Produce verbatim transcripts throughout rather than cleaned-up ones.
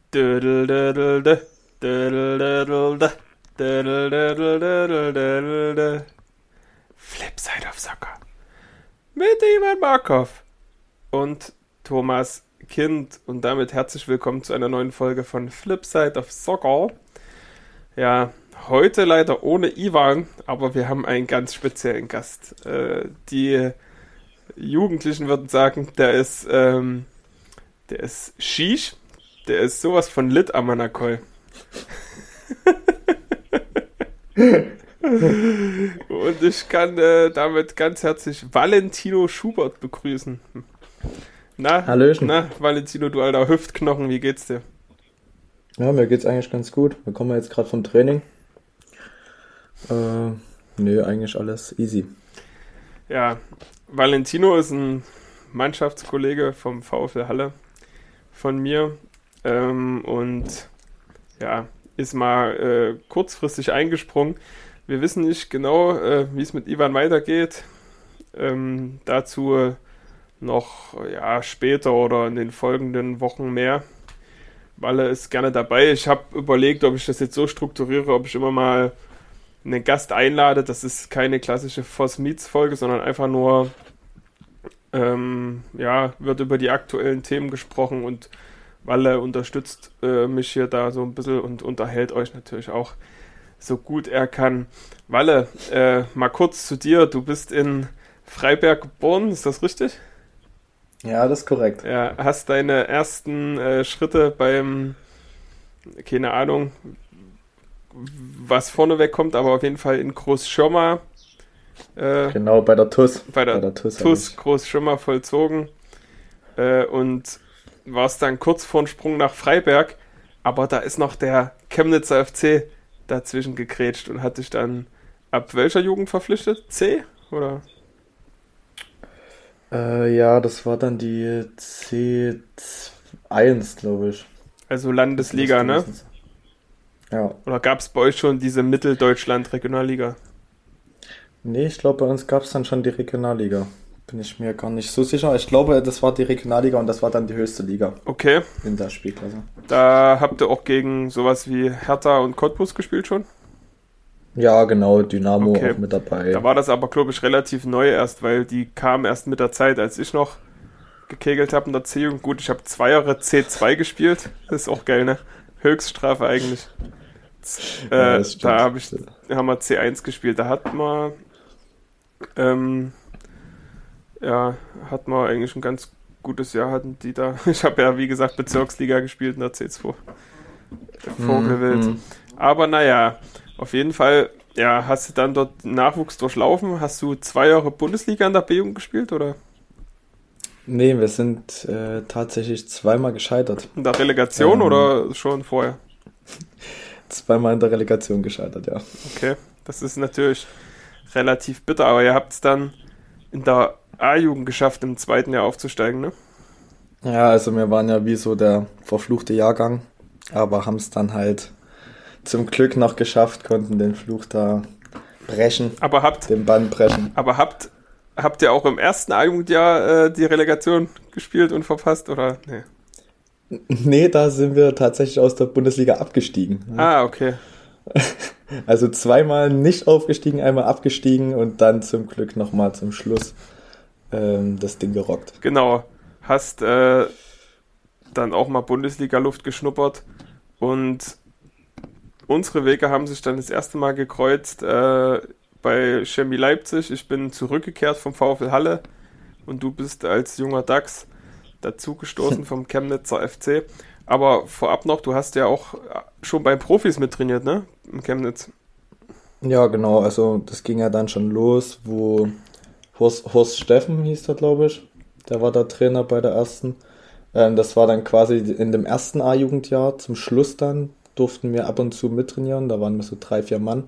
Dödel-dödel-dö, dödel-dödel-dö, dödel-dödel-dödel-dödel-dö. Flipside of Soccer mit Ivan Markov und Thomas Kind und damit herzlich willkommen zu einer neuen Folge von Flipside of Soccer. Ja, heute leider ohne Ivan, aber wir haben einen ganz speziellen Gast. Äh, die Jugendlichen würden sagen, der ist, ähm, der ist Shish. Der ist sowas von lit am Manakol. Und ich kann äh, damit ganz herzlich Valentino Schubert begrüßen. Na, Hallöchen. na, Valentino, du alter Hüftknochen, wie geht's dir? Ja, mir geht's eigentlich ganz gut. Wir kommen jetzt gerade vom Training. Äh, nö, eigentlich alles easy. Ja, Valentino ist ein Mannschaftskollege vom VfL Halle von mir. Ähm, und ja, ist mal äh, kurzfristig eingesprungen. Wir wissen nicht genau, äh, wie es mit Ivan weitergeht. Ähm, dazu äh, noch ja, später oder in den folgenden Wochen mehr. Walle ist gerne dabei. Ich habe überlegt, ob ich das jetzt so strukturiere, ob ich immer mal einen Gast einlade. Das ist keine klassische Voss Meets Folge, sondern einfach nur ähm, ja, wird über die aktuellen Themen gesprochen und Walle unterstützt äh, mich hier da so ein bisschen und unterhält euch natürlich auch so gut er kann. Walle, äh, mal kurz zu dir. Du bist in Freiberg geboren, ist das richtig? Ja, das ist korrekt. Ja, hast deine ersten äh, Schritte beim, keine Ahnung, was vorneweg kommt, aber auf jeden Fall in Großschirma. Äh, Genau, bei der T U S. bei der, bei der T U S. T U S Großschirma vollzogen. Äh, und warst dann kurz vor dem Sprung nach Freiberg, aber da ist noch der Chemnitzer F C dazwischen gegrätscht und hat dich dann ab welcher Jugend verpflichtet? C? Oder? Äh, ja, das war dann die C eins, glaube ich. Also Landesliga, ne? Ja. Oder gab es bei euch schon diese Mitteldeutschland-Regionalliga? Nee, ich glaube, bei uns gab es dann schon die Regionalliga. Bin ich mir gar nicht so sicher. Ich glaube, das war die Regionalliga und das war dann die höchste Liga Okay. in der Spielklasse. Da habt ihr auch gegen sowas wie Hertha und Cottbus gespielt schon? Ja, genau, Dynamo Okay. auch mit dabei. Da war das aber, glaube ich, relativ neu erst, weil die kam erst mit der Zeit, als ich noch gekegelt habe in der C-Jugend. Gut, ich habe zwei Jahre C zwei gespielt. Das ist auch geil, ne? Höchststrafe eigentlich. Z- Ja, Äh, das stimmt. da hab ich, haben wir C eins gespielt. Da hat man, ähm, ja, hat man eigentlich ein ganz gutes Jahr hatten die da. Ich habe ja, wie gesagt, Bezirksliga gespielt in der C zwei. Vogelwild. Mhm. Aber naja, auf jeden Fall, ja, hast du dann dort Nachwuchs durchlaufen? Hast du zwei Jahre Bundesliga in der B-Jugend gespielt oder Nee, wir sind äh, tatsächlich zweimal gescheitert. in der Relegation Ähm, oder schon vorher? Zweimal in der Relegation gescheitert, ja. Okay, das ist natürlich relativ bitter, aber ihr habt es dann in der A-Jugend geschafft, im zweiten Jahr aufzusteigen, ne? Ja, also wir waren ja wie so der verfluchte Jahrgang, aber haben es dann halt zum Glück noch geschafft, konnten den Fluch da brechen, Aber habt, den Bann brechen. aber habt, habt ihr auch im ersten A-Jugendjahr äh, die Relegation gespielt und verpasst, oder? Nee. Nee, da sind wir tatsächlich aus der Bundesliga abgestiegen. Ah, okay. Also zweimal nicht aufgestiegen, einmal abgestiegen und dann zum Glück nochmal zum Schluss ähm, das Ding gerockt. Genau. Hast äh, dann auch mal Bundesliga-Luft geschnuppert und unsere Wege haben sich dann das erste Mal gekreuzt äh, bei Chemie Leipzig. Ich bin zurückgekehrt vom VfL Halle und du bist als junger Dachs dazugestoßen vom Chemnitzer F C. Aber vorab noch, du hast ja auch schon bei Profis mittrainiert, ne? Im Chemnitz. Ja, genau, also das ging ja dann schon los, wo Horst, Horst Steffen hieß der, glaube ich. Der war der Trainer bei der ersten. Ähm, das war dann quasi in dem ersten A-Jugendjahr. Zum Schluss dann durften wir ab und zu mittrainieren. Da waren wir so drei, vier Mann.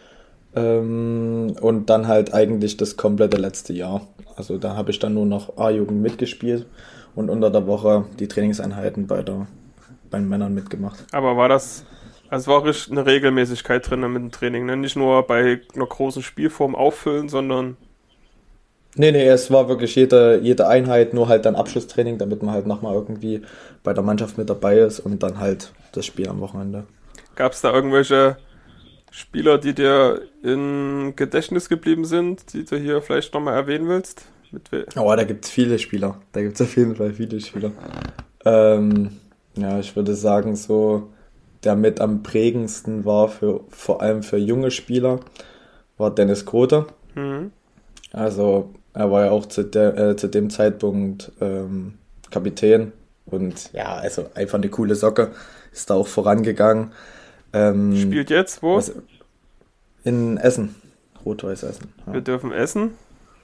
Ähm, und dann halt eigentlich das komplette letzte Jahr. Also da habe ich dann nur noch A-Jugend mitgespielt und unter der Woche die Trainingseinheiten bei, der, bei den Männern mitgemacht. Aber war das, also war richtig eine Regelmäßigkeit drin mit dem Training, ne? Nicht nur bei einer großen Spielform auffüllen, sondern Nee, nee, es war wirklich jede, jede Einheit, nur halt dann Abschlusstraining, damit man halt nochmal irgendwie bei der Mannschaft mit dabei ist und dann halt das Spiel am Wochenende. Gab es da irgendwelche Spieler, die dir im Gedächtnis geblieben sind, die du hier vielleicht nochmal erwähnen willst? Mit we- Oh, da gibt's viele Spieler. Da gibt's auf jeden Fall viele Spieler. Ähm, ja, ich würde sagen, so der mit am prägendsten war für vor allem für junge Spieler, war Dennis Grote. Mhm. Also er war ja auch zu, der, äh, zu dem Zeitpunkt ähm, Kapitän und ja, also einfach eine coole Socke. Ist da auch vorangegangen. Ähm, Spielt jetzt wo? was, in Essen. Rot-Weiß Essen. Ja. Wir dürfen essen.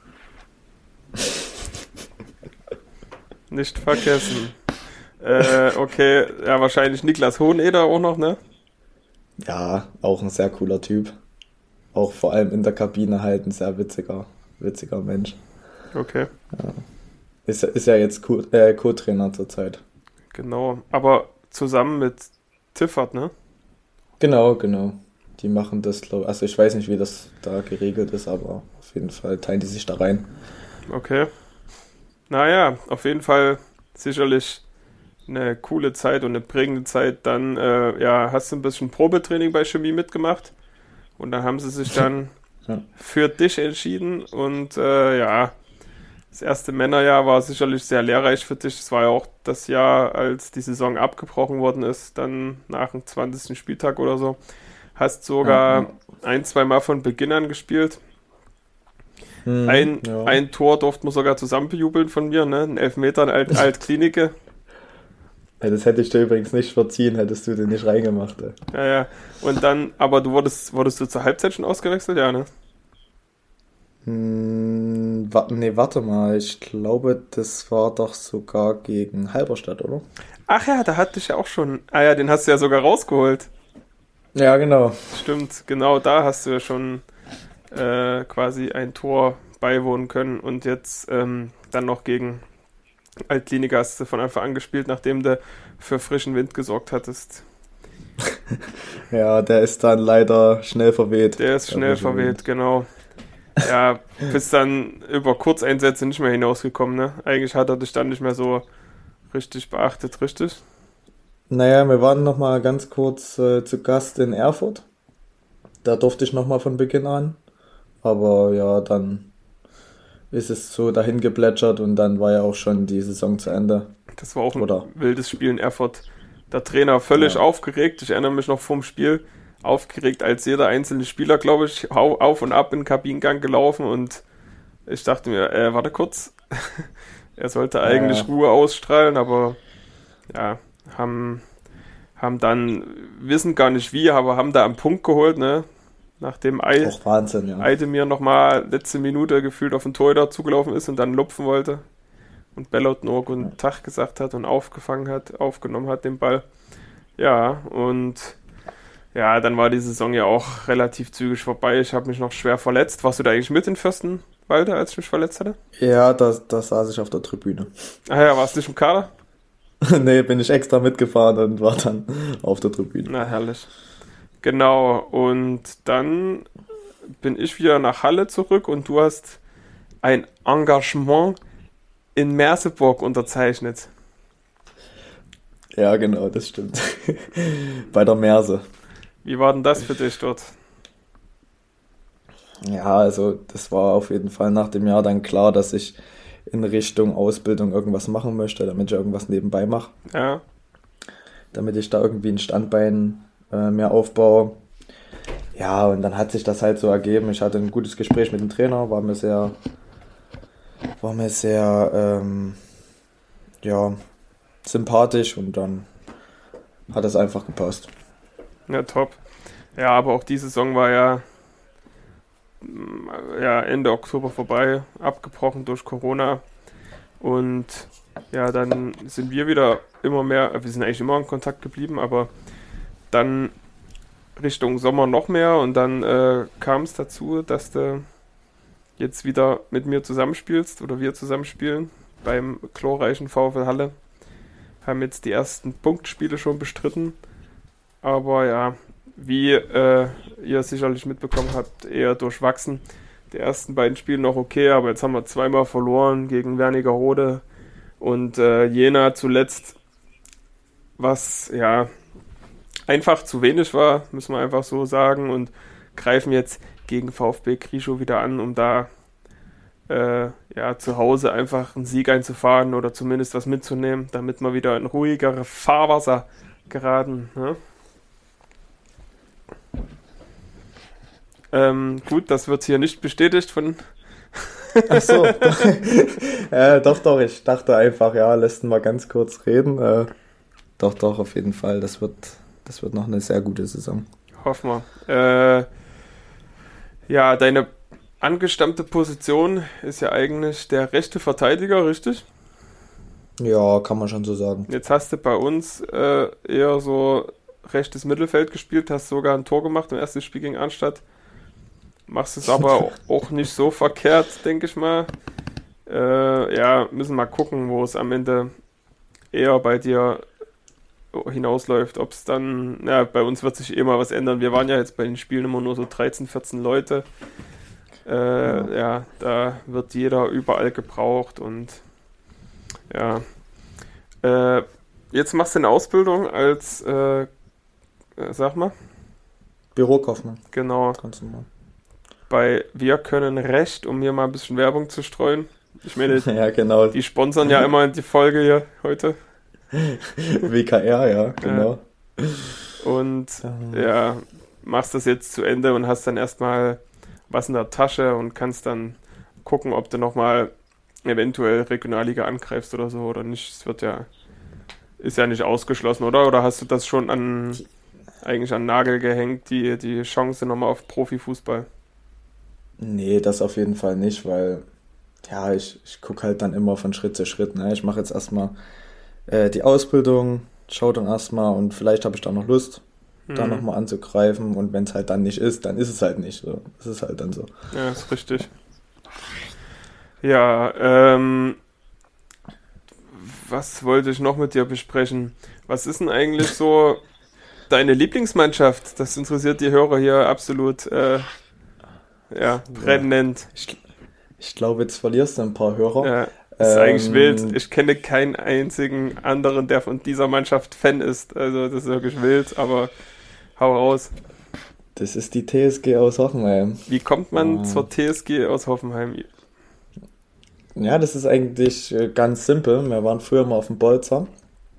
Nicht vergessen. Äh, okay, ja, wahrscheinlich Niklas Hoheneder auch noch, ne? Ja, auch ein sehr cooler Typ. Auch vor allem in der Kabine halt ein sehr witziger, witziger Mensch. Okay, Ist, ja- ist ja jetzt Co- äh, Co-Trainer zurzeit. genau. Aber zusammen mit Tiffert, ne? Genau, genau. Die machen das, glaube also ich weiß nicht, wie das da geregelt ist, aber auf jeden Fall teilen die sich da rein. Okay. Naja, auf jeden Fall sicherlich eine coole Zeit und eine prägende Zeit. Dann, äh, ja, hast du ein bisschen Probetraining bei Chemie mitgemacht und dann haben sie sich dann Ja. für dich entschieden und äh, ja, das erste Männerjahr war sicherlich sehr lehrreich für dich. Es war ja auch das Jahr, als die Saison abgebrochen worden ist, dann nach dem zwanzigsten Spieltag oder so. Hast sogar Ja, ein, zwei Mal von Beginn an gespielt. Hm, Ein, ja. ein Tor durften wir sogar zusammen bejubeln von mir, ne? Ein Elfmeter in Alt Altklinike. Ja, das hätte ich dir übrigens nicht verziehen, hättest du den nicht reingemacht. Ey. Ja, ja. Und dann, aber du wurdest, wurdest du zur Halbzeit schon ausgewechselt? Ja, ne? Hm, wa nee, warte mal, ich glaube, das war doch sogar gegen Halberstadt, oder? Ach ja, da hatte ich ja auch schon. Ah ja, den hast du ja sogar rausgeholt. Ja, genau. Stimmt, genau da hast du ja schon äh, quasi ein Tor beiwohnen können und jetzt ähm, dann noch gegen Altkliniker hast du von Anfang an gespielt, nachdem du für frischen Wind gesorgt hattest. Ja, der ist dann leider schnell verweht. Der ist Der schnell frische Wind. verweht, genau. Ja, bist dann über Kurzeinsätze nicht mehr hinausgekommen, ne? Eigentlich hat er dich dann nicht mehr so richtig beachtet, richtig? Naja, wir waren noch mal ganz kurz äh, zu Gast in Erfurt. Da durfte ich noch mal von Beginn an. Aber ja, dann ist es so dahin geplätschert und dann war ja auch schon die Saison zu Ende. Das war auch ein Oder? wildes Spiel in Erfurt. Der Trainer völlig Ja. aufgeregt. Ich erinnere mich noch vom Spiel. Aufgeregt als jeder einzelne Spieler, glaube ich, au- auf und ab in den Kabinengang gelaufen und ich dachte mir, äh, warte kurz. Er sollte eigentlich Ja. Ruhe ausstrahlen, aber ja, haben, haben dann, wissen gar nicht wie, aber haben da am Punkt geholt, ne? Nachdem Ei, Auch Wahnsinn, ja. Eidemir nochmal letzte Minute gefühlt auf den Torhüter zugelaufen ist und dann lupfen wollte und Bellot nur guten Tag gesagt hat und aufgefangen hat, aufgenommen hat den Ball. Ja, und ja, dann war die Saison ja auch relativ zügig vorbei. Ich habe mich noch schwer verletzt. Warst du da eigentlich mit in Fürstenwalde, als ich mich verletzt hatte? Ja, da, da saß ich auf der Tribüne. Ah ja, warst du nicht im Kader? Nee, bin ich extra mitgefahren und war dann auf der Tribüne. Na, herrlich. Genau, und dann bin ich wieder nach Halle zurück und du hast ein Engagement in Merseburg unterzeichnet. Ja, genau, das stimmt. Bei der Merse. Wie war denn das für dich dort? Ja, also das war auf jeden Fall nach dem Jahr dann klar, dass ich in Richtung Ausbildung irgendwas machen möchte, damit ich irgendwas nebenbei mache, Ja, damit ich da irgendwie ein Standbein äh, mehr aufbaue. Ja, und dann hat sich das halt so ergeben. Ich hatte ein gutes Gespräch mit dem Trainer, war mir sehr, war mir sehr, ähm, ja, sympathisch und dann hat es einfach gepasst. ja, top. Ja, aber auch die Saison war ja, mm, ja Ende Oktober vorbei, abgebrochen durch Corona. Und ja, dann sind wir wieder immer mehr, wir sind eigentlich immer in Kontakt geblieben, aber dann Richtung Sommer noch mehr und dann äh, kam es dazu, dass du jetzt wieder mit mir zusammenspielst oder wir zusammenspielen beim glorreichen VfL Halle. Haben jetzt die ersten Punktspiele schon bestritten, aber ja, wie äh, ihr sicherlich mitbekommen habt, eher durchwachsen. die ersten beiden Spiele noch okay, aber jetzt haben wir zweimal verloren gegen Wernigerode und äh, Jena zuletzt, was ja einfach zu wenig war, müssen wir einfach so sagen, und greifen jetzt gegen VfB Krischow wieder an, um da äh, ja, zu Hause einfach einen Sieg einzufahren oder zumindest was mitzunehmen, damit wir wieder in ruhigere Fahrwasser geraten. Ne? Ähm, gut, das wird hier nicht bestätigt von... Ach so. äh, doch, doch, ich dachte einfach, ja, lässt ihn mal ganz kurz reden. Äh, doch, doch, auf jeden Fall, das wird, das wird noch eine sehr gute Saison. Hoffen wir. Äh, ja, deine angestammte Position ist ja eigentlich der rechte Verteidiger, richtig? Ja, kann man schon so sagen. Jetzt hast du bei uns äh, eher so rechtes Mittelfeld gespielt, hast sogar ein Tor gemacht im ersten Spiel gegen Arnstadt. Machst es aber auch nicht so verkehrt, denke ich mal. Äh, ja, müssen mal gucken, wo es am Ende eher bei dir hinausläuft. Ob es dann, ja, bei uns wird sich eh mal was ändern. Wir waren ja jetzt bei den Spielen immer nur so dreizehn, vierzehn Leute. Äh, ja. ja, da wird jeder überall gebraucht und ja. Äh, jetzt machst du eine Ausbildung als, äh, äh, sag mal? Bürokaufmann. Genau. Kannst du mal. Bei Wir können Recht, um hier mal ein bisschen Werbung zu streuen. Ich meine, ja, genau. Die sponsern ja immer die Folge hier heute. W K R, ja, genau. Ja. Und ja, machst das jetzt zu Ende und hast dann erstmal was in der Tasche und kannst dann gucken, ob du nochmal eventuell Regionalliga angreifst oder so oder nicht. Es wird ja, ist ja nicht ausgeschlossen, oder? Oder hast du das schon an eigentlich an den Nagel gehängt, die, die Chance nochmal auf Profifußball? Nee, das auf jeden Fall nicht, weil ja, ich, ich gucke halt dann immer von Schritt zu Schritt. Ne? Ich mache jetzt erstmal äh, die Ausbildung, schaue dann erstmal und vielleicht habe ich dann noch Lust, hm. da nochmal anzugreifen, und wenn es halt dann nicht ist, dann ist es halt nicht so. Das ist halt dann so. Ja, ist richtig. Ja, ähm, was wollte ich noch mit dir besprechen? Was ist denn eigentlich so deine Lieblingsmannschaft? Das interessiert die Hörer hier absolut äh, ja, brennend. Ja. Ich, ich glaube, jetzt verlierst du ein paar Hörer. Ja, das ist ähm, eigentlich wild. Ich kenne keinen einzigen anderen, der von dieser Mannschaft Fan ist. Also das ist wirklich wild, aber hau raus. Das ist die T S G aus Hoffenheim. Wie kommt man ah. zur T S G aus Hoffenheim? Ja, das ist eigentlich ganz simpel. Wir waren früher mal auf dem Bolzer.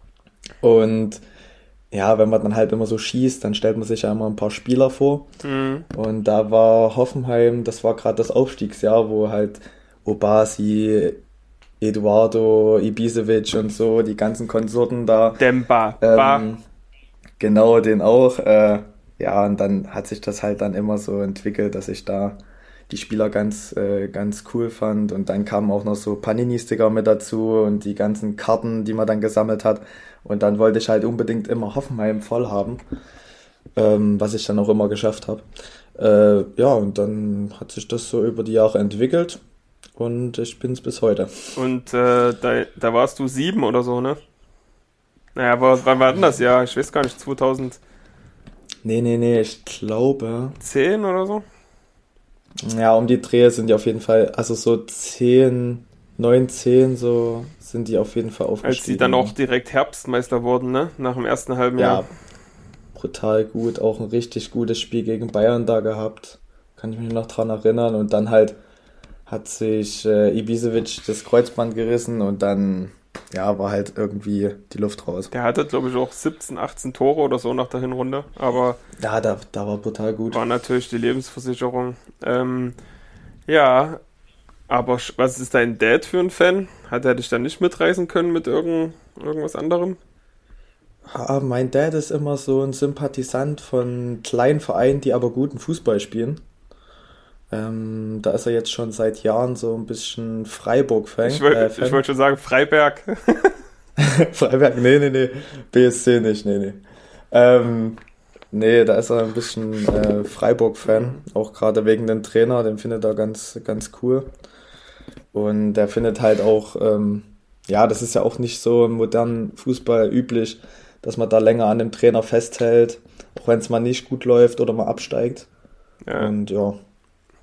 Und ja, wenn man dann halt immer so schießt, dann stellt man sich ja immer ein paar Spieler vor. Mhm. Und da war Hoffenheim, das war gerade das Aufstiegsjahr, wo halt Obasi, Eduardo, Ibisevic und so, die ganzen Konsorten da. Demba. Ähm, genau, den auch. Äh, ja, und dann hat sich das halt dann immer so entwickelt, dass ich da die Spieler ganz, äh, ganz cool fand. Und dann kamen auch noch so Panini-Sticker mit dazu und die ganzen Karten, die man dann gesammelt hat. Und dann wollte ich halt unbedingt immer Hoffenheim voll haben, ähm, was ich dann auch immer geschafft habe. Äh, ja, und dann hat sich das so über die Jahre entwickelt und ich bin's bis heute. Und äh, da, da warst du sieben oder so, ne? Naja, aber wann war denn das Jahr? Ich weiß gar nicht, zweitausend. Nee, nee, nee, ich glaube... zehn oder so? Ja, um die Dreh sind die auf jeden Fall, also so zehn, neun, zehn, so sind die auf jeden Fall aufgestiegen. Als sie dann auch direkt Herbstmeister wurden, ne? Nach dem ersten halben Jahr. Ja, brutal gut. Auch ein richtig gutes Spiel gegen Bayern da gehabt. Kann ich mich noch dran erinnern. Und dann halt hat sich äh, Ibisevic das Kreuzband gerissen und dann, ja, war halt irgendwie die Luft raus. Der hatte, glaube ich, auch siebzehn, achtzehn Tore oder so nach der Hinrunde. Aber ja, da, da war brutal gut. War natürlich die Lebensversicherung. Ähm, ja, aber was ist dein Dad für ein Fan? Hat er dich dann nicht mitreißen können mit irgend, irgendwas anderem? Ja, mein Dad ist immer so ein Sympathisant von kleinen Vereinen, die aber guten Fußball spielen. Ähm, da ist er jetzt schon seit Jahren so ein bisschen Freiburg-Fan. Ich, will, äh, ich wollte schon sagen Freiberg. Freiberg, nee, nee, nee. B S C nicht, nee, nee. Ähm, nee, da ist er ein bisschen äh, Freiburg-Fan. Auch gerade wegen dem Trainer, den findet er ganz, ganz cool. Und der findet halt auch, ähm, ja, das ist ja auch nicht so im modernen Fußball üblich, dass man da länger an dem Trainer festhält, auch wenn es mal nicht gut läuft oder mal absteigt. Ja. Und ja.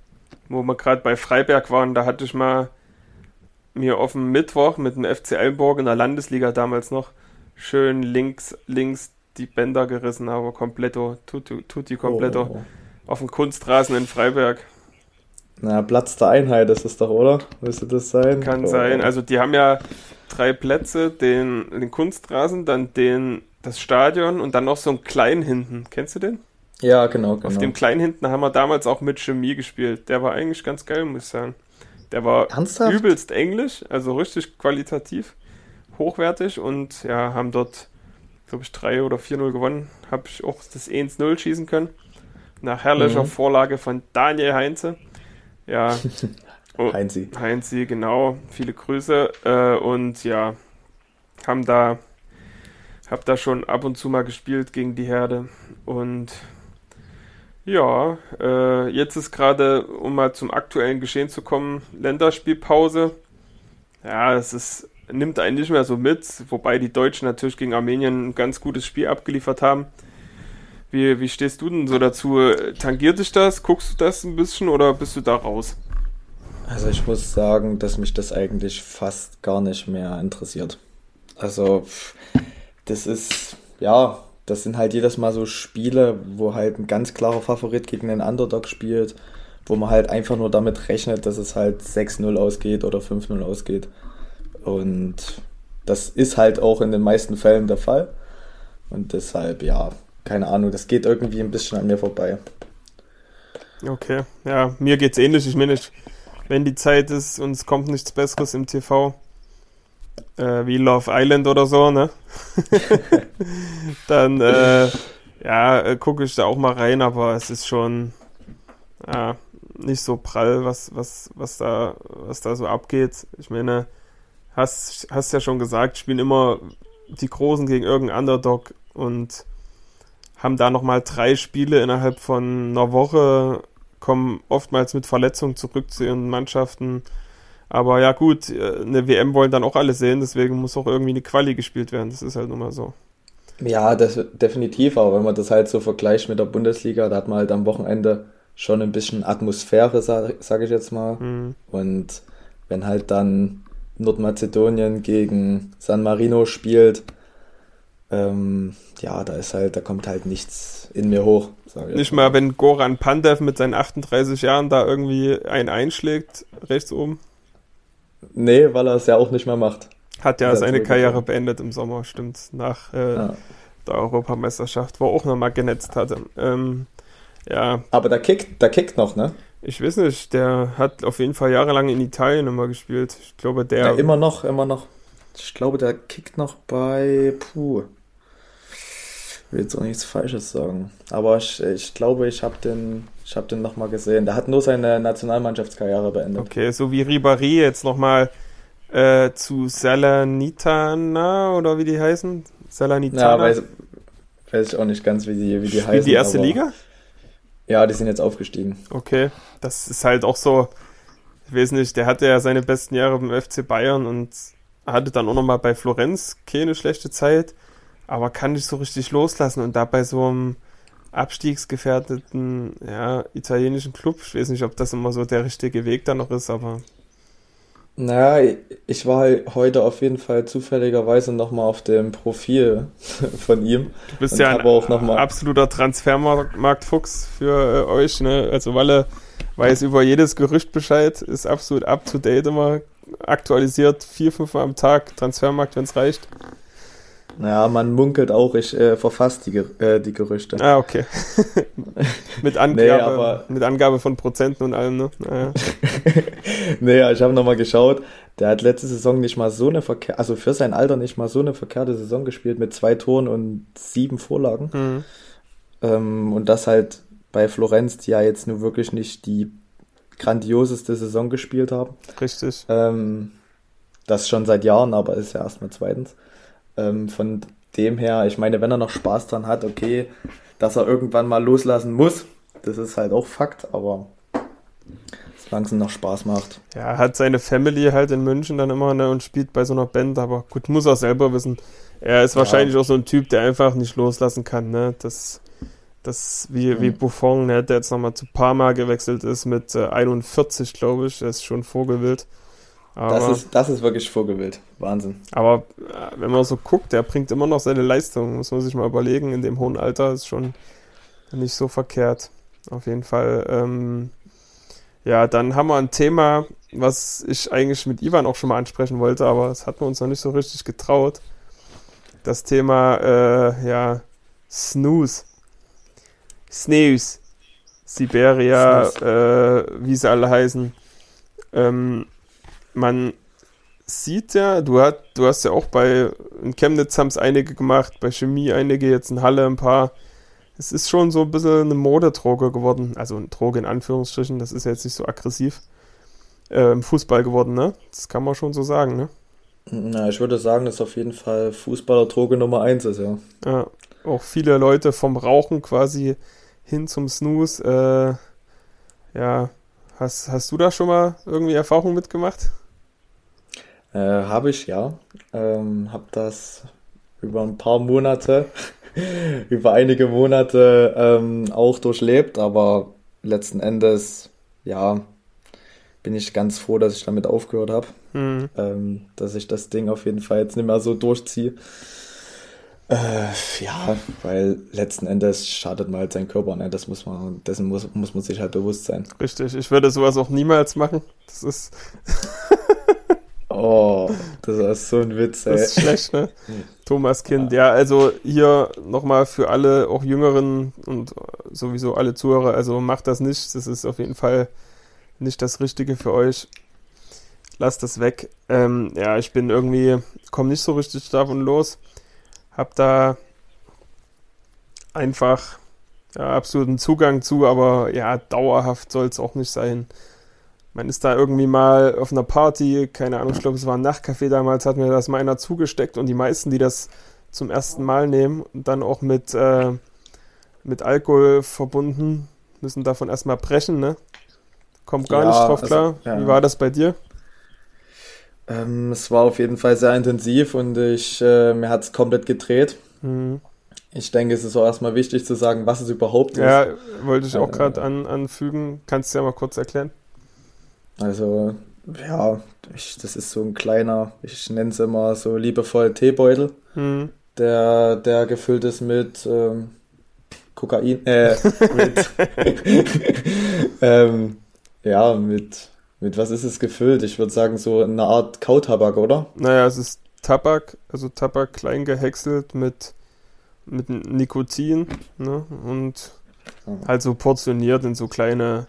wo wir gerade bei Freiberg waren, da hatte ich mal mir auf dem Mittwoch mit dem F C Eilenburg in der Landesliga damals noch schön links, links die Bänder gerissen, aber kompletto, tutti, tutti kompletto, Oh. auf dem Kunstrasen in Freiberg. Na, Platz der Einheit ist es doch, oder? Müsste das sein? Kann Oh. sein. Also die haben ja drei Plätze, den, den Kunstrasen, dann den, das Stadion und dann noch so einen kleinen hinten. Kennst du den? Ja, genau, genau. Auf dem kleinen hinten haben wir damals auch mit Chemie gespielt. Der war eigentlich ganz geil, muss ich sagen. Der war Ernsthaft? übelst englisch, also richtig qualitativ, hochwertig und ja, haben dort, glaube ich, drei oder vier null gewonnen. Habe ich auch das eins null schießen können. Nach herrlicher Mhm. Vorlage von Daniel Heinze. Ja, oh, Heinzi. Heinzi, genau. Viele Grüße. Äh, und ja, haben da, hab da schon ab und zu mal gespielt gegen die Herde. Und ja, äh, jetzt ist gerade, um mal zum aktuellen Geschehen zu kommen, Länderspielpause. Ja, es ist, nimmt einen nicht mehr so mit, wobei die Deutschen natürlich gegen Armenien ein ganz gutes Spiel abgeliefert haben. Wie, wie stehst du denn so dazu? Tangiert dich das? Guckst du das ein bisschen oder bist du da raus? Also ich muss sagen, dass mich das eigentlich fast gar nicht mehr interessiert. Also pff, das ist, ja, das sind halt jedes Mal so Spiele, wo halt ein ganz klarer Favorit gegen einen Underdog spielt, wo man halt einfach nur damit rechnet, dass es halt sechs null ausgeht oder fünf null ausgeht. Und das ist halt auch in den meisten Fällen der Fall. Und deshalb, ja, keine Ahnung, das geht irgendwie ein bisschen an mir vorbei. Okay, ja, mir geht's ähnlich. Ich meine, ich, wenn die Zeit ist und es kommt nichts Besseres im T V, äh, wie Love Island oder so, ne? Dann, äh, ja, äh, gucke ich da auch mal rein, aber es ist schon, ja, nicht so prall, was, was, was da, was da so abgeht. Ich meine, hast, hast ja schon gesagt, spielen immer die Großen gegen irgendeinen Underdog und haben da nochmal drei Spiele innerhalb von einer Woche, kommen oftmals mit Verletzungen zurück zu ihren Mannschaften. Aber ja gut, eine W M wollen dann auch alle sehen, deswegen muss auch irgendwie eine Quali gespielt werden. Das ist halt nun mal so. Ja, das definitiv, aber wenn man das halt so vergleicht mit der Bundesliga, da hat man halt am Wochenende schon ein bisschen Atmosphäre, sage sag ich jetzt mal. Mhm. Und wenn halt dann Nordmazedonien gegen San Marino spielt, ähm, ja, da ist halt, da kommt halt nichts in mir hoch, sage ich. Nicht mal, wenn Goran Pandev mit seinen achtunddreißig Jahren da irgendwie einen einschlägt, rechts oben. Nee, weil er es ja auch nicht mehr macht. Hat ja Ist er seine zurückgekommen. Karriere beendet im Sommer, stimmt. Nach äh, Ja. der Europameisterschaft, wo er auch nochmal genetzt hatte. Ähm, ja, Aber der kickt, der kickt noch, ne? ich weiß nicht, der hat auf jeden Fall jahrelang in Italien immer gespielt. Ich glaube, der... Ja, immer noch, immer noch. Ich glaube, der kickt noch bei, puh, ich will jetzt auch nichts Falsches sagen. Aber ich, ich glaube, ich habe den, ich habe den nochmal gesehen. Der hat nur seine Nationalmannschaftskarriere beendet. Okay, so wie Ribéry jetzt nochmal äh, zu Salernitana oder wie die heißen? Ja, Salernitana? weiß, weiß ich auch nicht ganz, wie die, wie die Spielen heißen. die erste aber- Liga? Ja, die sind jetzt aufgestiegen. Okay, das ist halt auch so, ich weiß nicht, der hatte ja seine besten Jahre beim F C Bayern und hatte dann auch nochmal bei Florenz keine schlechte Zeit, aber kann nicht so richtig loslassen und da bei so einem abstiegsgefährdeten, ja, italienischen Club, ich weiß nicht, ob das immer so der richtige Weg da noch ist, aber Naja, ich war halt heute auf jeden Fall zufälligerweise nochmal auf dem Profil von ihm. du bist Und ja ein habe auch noch mal- absoluter Transfermarktfuchs für äh, euch, ne? Also Walle weiß über jedes Gerücht Bescheid, ist absolut up to date immer, aktualisiert vier, fünf Mal am Tag, Transfermarkt, wenn es reicht. Naja, man munkelt auch, ich äh, verfasse die, Ger- äh, die Gerüchte. Ah, okay. mit, Angabe, Nee, aber- mit Angabe von Prozenten und allem, ne? Naja. Naja, ich habe nochmal geschaut. Der hat letzte Saison nicht mal so eine verkehrte, also für sein Alter nicht mal so eine verkehrte Saison gespielt mit zwei Toren und sieben Vorlagen. Mhm. Ähm, und das halt bei Florenz, die ja jetzt nur wirklich nicht die grandioseste Saison gespielt haben. Richtig. Ähm, das schon seit Jahren, aber ist ja erstmal zweitens. Ähm, von dem her, ich meine, wenn er noch Spaß dran hat, okay, dass er irgendwann mal loslassen muss, das ist halt auch Fakt, aber solange es ihm noch Spaß macht. Ja, hat seine Family halt in München dann immer, ne, und spielt bei so einer Band, aber gut, muss er selber wissen. Er ist Ja. wahrscheinlich auch so ein Typ, der einfach nicht loslassen kann, ne? Das, Das wie, Mhm. wie Buffon, ne, der jetzt nochmal zu Parma gewechselt ist mit äh, einundvierzig, glaube ich. Der ist schon vogelwild. Das Aber, ist, das ist wirklich vogelwild. Wahnsinn. aber äh, wenn man so guckt, der bringt immer noch seine Leistung. Muss man sich mal überlegen. In dem hohen Alter ist schon nicht so verkehrt. Auf jeden Fall. Ähm, ja, dann haben wir ein Thema, was ich eigentlich mit Ivan auch schon mal ansprechen wollte, aber das hat man uns noch nicht so richtig getraut. Das Thema, äh, ja, Snooze. Snooze. Siberia, Snooze. äh, wie sie alle heißen. Ähm, man sieht ja, du, hat, du hast ja auch bei, in Chemnitz haben es einige gemacht, bei Chemie einige, jetzt in Halle ein paar. Es ist schon so ein bisschen eine Modedroge geworden, also eine Droge in Anführungsstrichen, das ist ja jetzt nicht so aggressiv, äh, im Fußball geworden, ne? Das kann man schon so sagen, ne? Na, ich würde sagen, dass auf jeden Fall Fußballer-Droge Nummer eins ist, ja. Ja, auch viele Leute vom Rauchen quasi hin zum Snooze, äh, ja, hast, hast du da schon mal irgendwie Erfahrung mitgemacht? Äh, habe ich, ja. Ähm, habe das über ein paar Monate, über einige Monate ähm, auch durchlebt, aber letzten Endes, ja, bin ich ganz froh, dass ich damit aufgehört habe. Hm. Ähm, dass ich das Ding auf jeden Fall jetzt nicht mehr so durchziehe. Äh, ja, weil letzten Endes schadet man halt seinen Körper, ne? Das muss man, dessen muss, muss man sich halt bewusst sein. Richtig, ich würde sowas auch niemals machen. Das ist, Oh, das ist so ein Witz, das ey. ist schlecht, ne? Thomas Kind, ja, also hier nochmal für alle, auch Jüngeren und sowieso alle Zuhörer, also macht das nicht, das ist auf jeden Fall nicht das Richtige für euch. Lasst das weg. Ähm, ja, ich bin irgendwie, komme nicht so richtig davon los. Hab da einfach ja, absoluten Zugang zu, aber ja, dauerhaft soll es auch nicht sein. Man ist da irgendwie mal auf einer Party, keine Ahnung, ich glaube, es war ein Nachtcafé damals, hat mir das mal einer zugesteckt und die meisten, die das zum ersten Mal nehmen und dann auch mit, äh, mit Alkohol verbunden, müssen davon erstmal brechen, ne? Kommt gar Ja, nicht drauf also, klar. ja. Wie war das bei dir? Ähm, es war auf jeden Fall sehr intensiv und ich, äh, mir hat es komplett gedreht. Hm. Ich denke, es ist auch erstmal wichtig zu sagen, was es überhaupt ist. Ja, wollte ich auch Äh, gerade an, anfügen. Kannst du ja mal kurz erklären? Also, ja, ich, das ist so ein kleiner, ich nenne es immer so liebevoll Teebeutel, Hm. der, der gefüllt ist mit ähm, Kokain, äh, mit, ähm, ja, mit, mit was ist es gefüllt? Ich würde sagen, so eine Art Kautabak, oder? Naja, es ist Tabak, also Tabak klein gehäckselt mit, mit Nikotin, ne? Und Ja. halt so portioniert in so kleine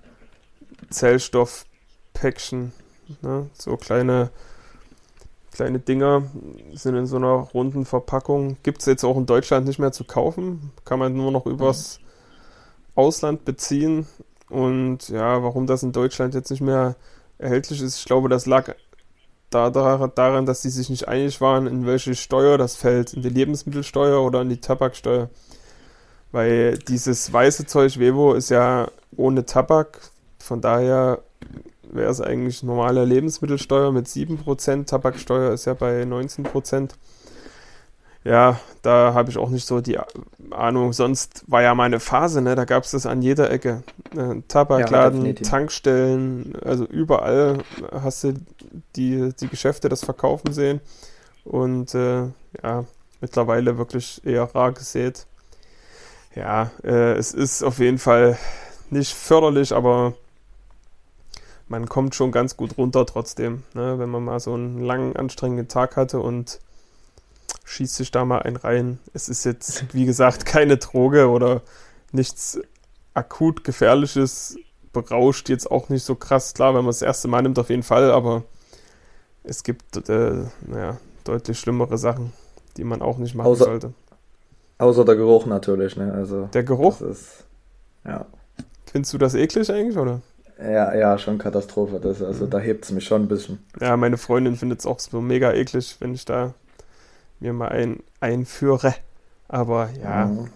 Zellstoffpäckchen, ne? So kleine, kleine Dinger sind in so einer runden Verpackung. Gibt es jetzt auch in Deutschland nicht mehr zu kaufen. Kann man nur noch übers Ausland beziehen. Und ja, warum das in Deutschland jetzt nicht mehr erhältlich ist, ich glaube, das lag da, da, daran, dass die sich nicht einig waren, in welche Steuer das fällt, in die Lebensmittelsteuer oder in die Tabaksteuer. Weil dieses weiße Zeug Vevo ist ja ohne Tabak, von daher wäre es eigentlich normale Lebensmittelsteuer mit sieben Prozent, Tabaksteuer ist ja bei neunzehn Prozent. Ja, da habe ich auch nicht so die Ahnung. Sonst war ja mal eine Phase, ne? Da gab es das an jeder Ecke. Äh, Tabakladen, Ja, definitiv. Tankstellen, also überall hast du die, die Geschäfte das verkaufen sehen. Und äh, ja, mittlerweile wirklich eher rar gesät. Ja, äh, es ist auf jeden Fall nicht förderlich, aber man kommt schon ganz gut runter trotzdem, ne? Wenn man mal so einen langen, anstrengenden Tag hatte und schießt sich da mal einen rein. Es ist jetzt, wie gesagt, keine Droge oder nichts akut Gefährliches, berauscht jetzt auch nicht so krass. Klar, wenn man das erste Mal nimmt, auf jeden Fall, aber es gibt äh, naja, deutlich schlimmere Sachen, die man auch nicht machen Außer, sollte. außer der Geruch natürlich, ne? Also, Der Geruch, das ist, ja, findest du das eklig eigentlich, oder? ja, ja, schon Katastrophe. Das, also, da hebt es mich schon ein bisschen. Ja, meine Freundin findet es auch so mega eklig, wenn ich da mir mal ein, einführe. Aber ja, Mhm.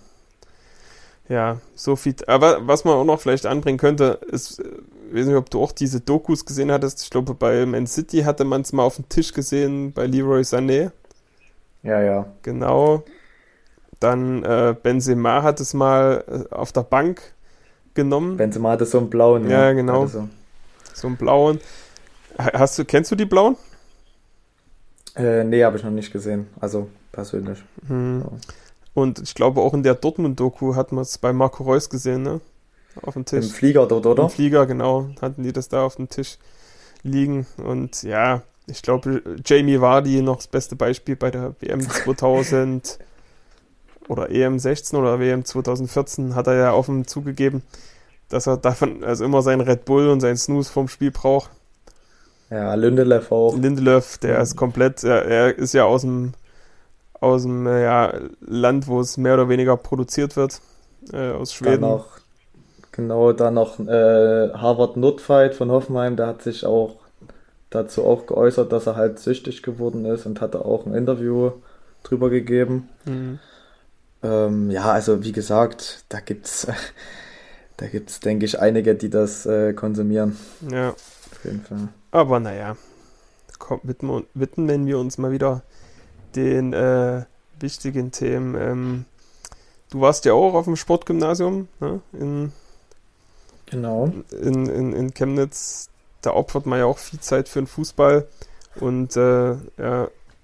ja, so viel. Aber was man auch noch vielleicht anbringen könnte, ist, äh, ich weiß nicht, ob du auch diese Dokus gesehen hattest. Ich glaube, bei Man City hatte man es mal auf dem Tisch gesehen, bei Leroy Sané. Ja, ja. Genau. Dann äh, Benzema hat es mal äh, auf der Bank genommen. Benzema hatte so einen blauen. Ja, ja genau. So. so einen blauen. Hast du, kennst du die blauen? Äh, nee, habe ich noch nicht gesehen. Also persönlich. Hm. So. Und ich glaube auch in der Dortmund-Doku hat man es bei Marco Reus gesehen, ne? Auf dem Tisch. Im Flieger dort, oder? Im Flieger, genau. Hatten die das da auf dem Tisch liegen. Und ja, ich glaube, Jamie Vardy noch das beste Beispiel bei der W M zweitausend oder E M sechzehn oder W M zweitausendvierzehn hat er ja offen zugegeben, dass er davon also immer seinen Red Bull und seinen Snooze vom Spiel braucht. Ja, Lindelöf auch. Lindelöf, der ist komplett, er, er ist ja aus dem aus dem äh, ja, Land, wo es mehr oder weniger produziert wird, äh, aus Schweden. Dann noch, genau, dann noch äh, Harvard Nordfight von Hoffenheim, der hat sich auch dazu auch geäußert, dass er halt süchtig geworden ist und hatte auch ein Interview drüber gegeben. Mhm. Ähm, ja, also wie gesagt, da gibt's, da gibt's, denke ich, einige, die das äh, konsumieren. Ja. Auf jeden Fall. Aber naja, komm, widmen, widmen wir uns mal wieder den äh, wichtigen Themen. Ähm, du warst ja auch auf dem Sportgymnasium, ne? in, Genau. in, in, in Chemnitz. Da opfert man ja auch viel Zeit für den Fußball und äh, ja,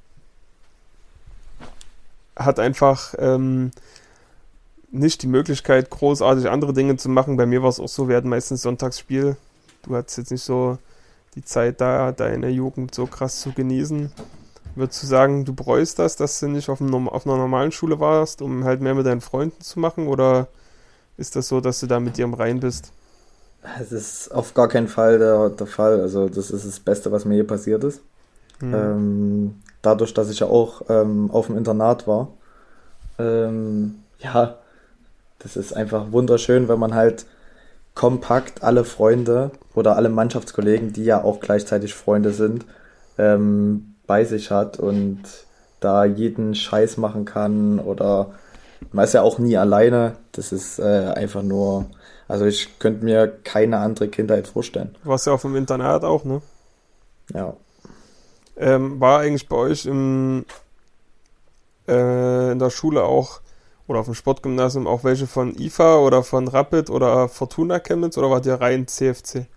hat einfach ähm, nicht die Möglichkeit, großartig andere Dinge zu machen. Bei mir war es auch so, wir hatten meistens Sonntagsspiel. Du hattest jetzt nicht so die Zeit da, deine Jugend so krass zu genießen. Würdest du sagen, du bereust das, dass du nicht auf, einem, auf einer normalen Schule warst, um halt mehr mit deinen Freunden zu machen? Oder ist das so, dass du da mit dir im Reinen bist? Es ist auf gar keinen Fall der, der Fall. Also das ist das Beste, was mir je passiert ist. Hm. Ähm, dadurch, dass ich ja auch ähm, auf dem Internat war. Ähm, ja, das ist einfach wunderschön, wenn man halt kompakt alle Freunde oder alle Mannschaftskollegen, die ja auch gleichzeitig Freunde sind, ähm, bei sich hat und da jeden Scheiß machen kann oder man ist ja auch nie alleine. Das ist äh, einfach nur, also ich könnte mir keine andere Kindheit vorstellen. Du warst ja auf dem Internat auch, ne? Ja. Ähm, war eigentlich bei euch im, äh, in der Schule auch oder auf dem Sportgymnasium auch welche von I F A oder von Rapid oder Fortuna Chemnitz oder wart ihr rein C F C?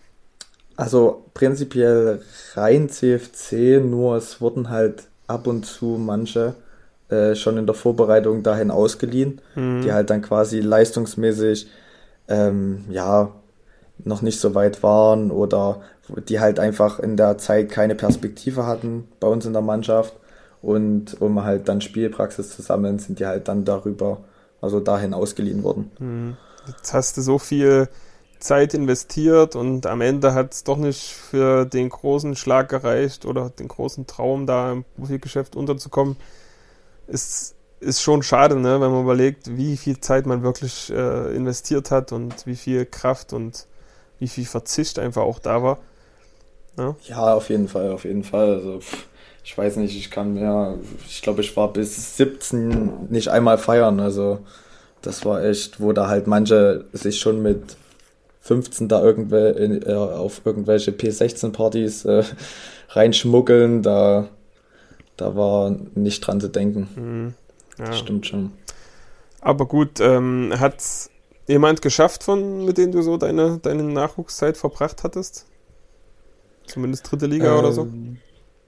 Also prinzipiell rein C F C, nur es wurden halt ab und zu manche äh, schon in der Vorbereitung dahin ausgeliehen, Mhm. die halt dann quasi leistungsmäßig ähm, ja noch nicht so weit waren oder die halt einfach in der Zeit keine Perspektive hatten bei uns in der Mannschaft und um halt dann Spielpraxis zu sammeln, sind die halt dann darüber, also dahin ausgeliehen worden. Mhm. Jetzt hast du so viel Zeit investiert und am Ende hat es doch nicht für den großen Schlag gereicht oder den großen Traum, da im Profigeschäft unterzukommen. Ist, ist schon schade, ne, wenn man überlegt, wie viel Zeit man wirklich äh, investiert hat und wie viel Kraft und wie viel Verzicht einfach auch da war. Ja, Ja, auf jeden Fall, auf jeden Fall. Also pff, ich weiß nicht, ich kann mir, ich glaube, ich war bis siebzehn nicht einmal feiern. Also das war echt, wo da halt manche sich schon mit fünfzehn da irgendwel, in, äh, auf irgendwelche P sechzehn Partys äh, reinschmuggeln. Da, da war nicht dran zu denken. mhm. Ja. Das stimmt schon. Aber gut, ähm, hat jemand geschafft, von mit dem du so deine, deine Nachwuchszeit verbracht hattest? Zumindest dritte Liga oder so? Ähm,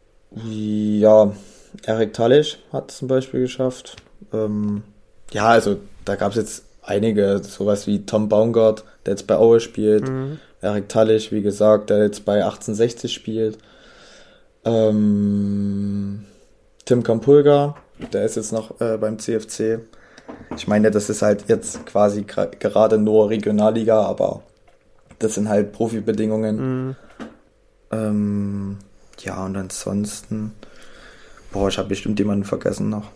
Ja, Erik Tallich hat es zum Beispiel geschafft. Ähm, ja, also da gab es jetzt einige, sowas wie Tom Baumgart, der jetzt bei Aue spielt. Mhm. Erik Tallich, wie gesagt, der jetzt bei achtzehnhundertsechzig spielt. Ähm, Tim Kampulga, der ist jetzt noch äh, beim C F C. Ich meine, das ist halt jetzt quasi gra- gerade nur Regionalliga, aber das sind halt Profibedingungen. Mhm. Ähm, ja, und ansonsten, boah, ich habe bestimmt jemanden vergessen noch.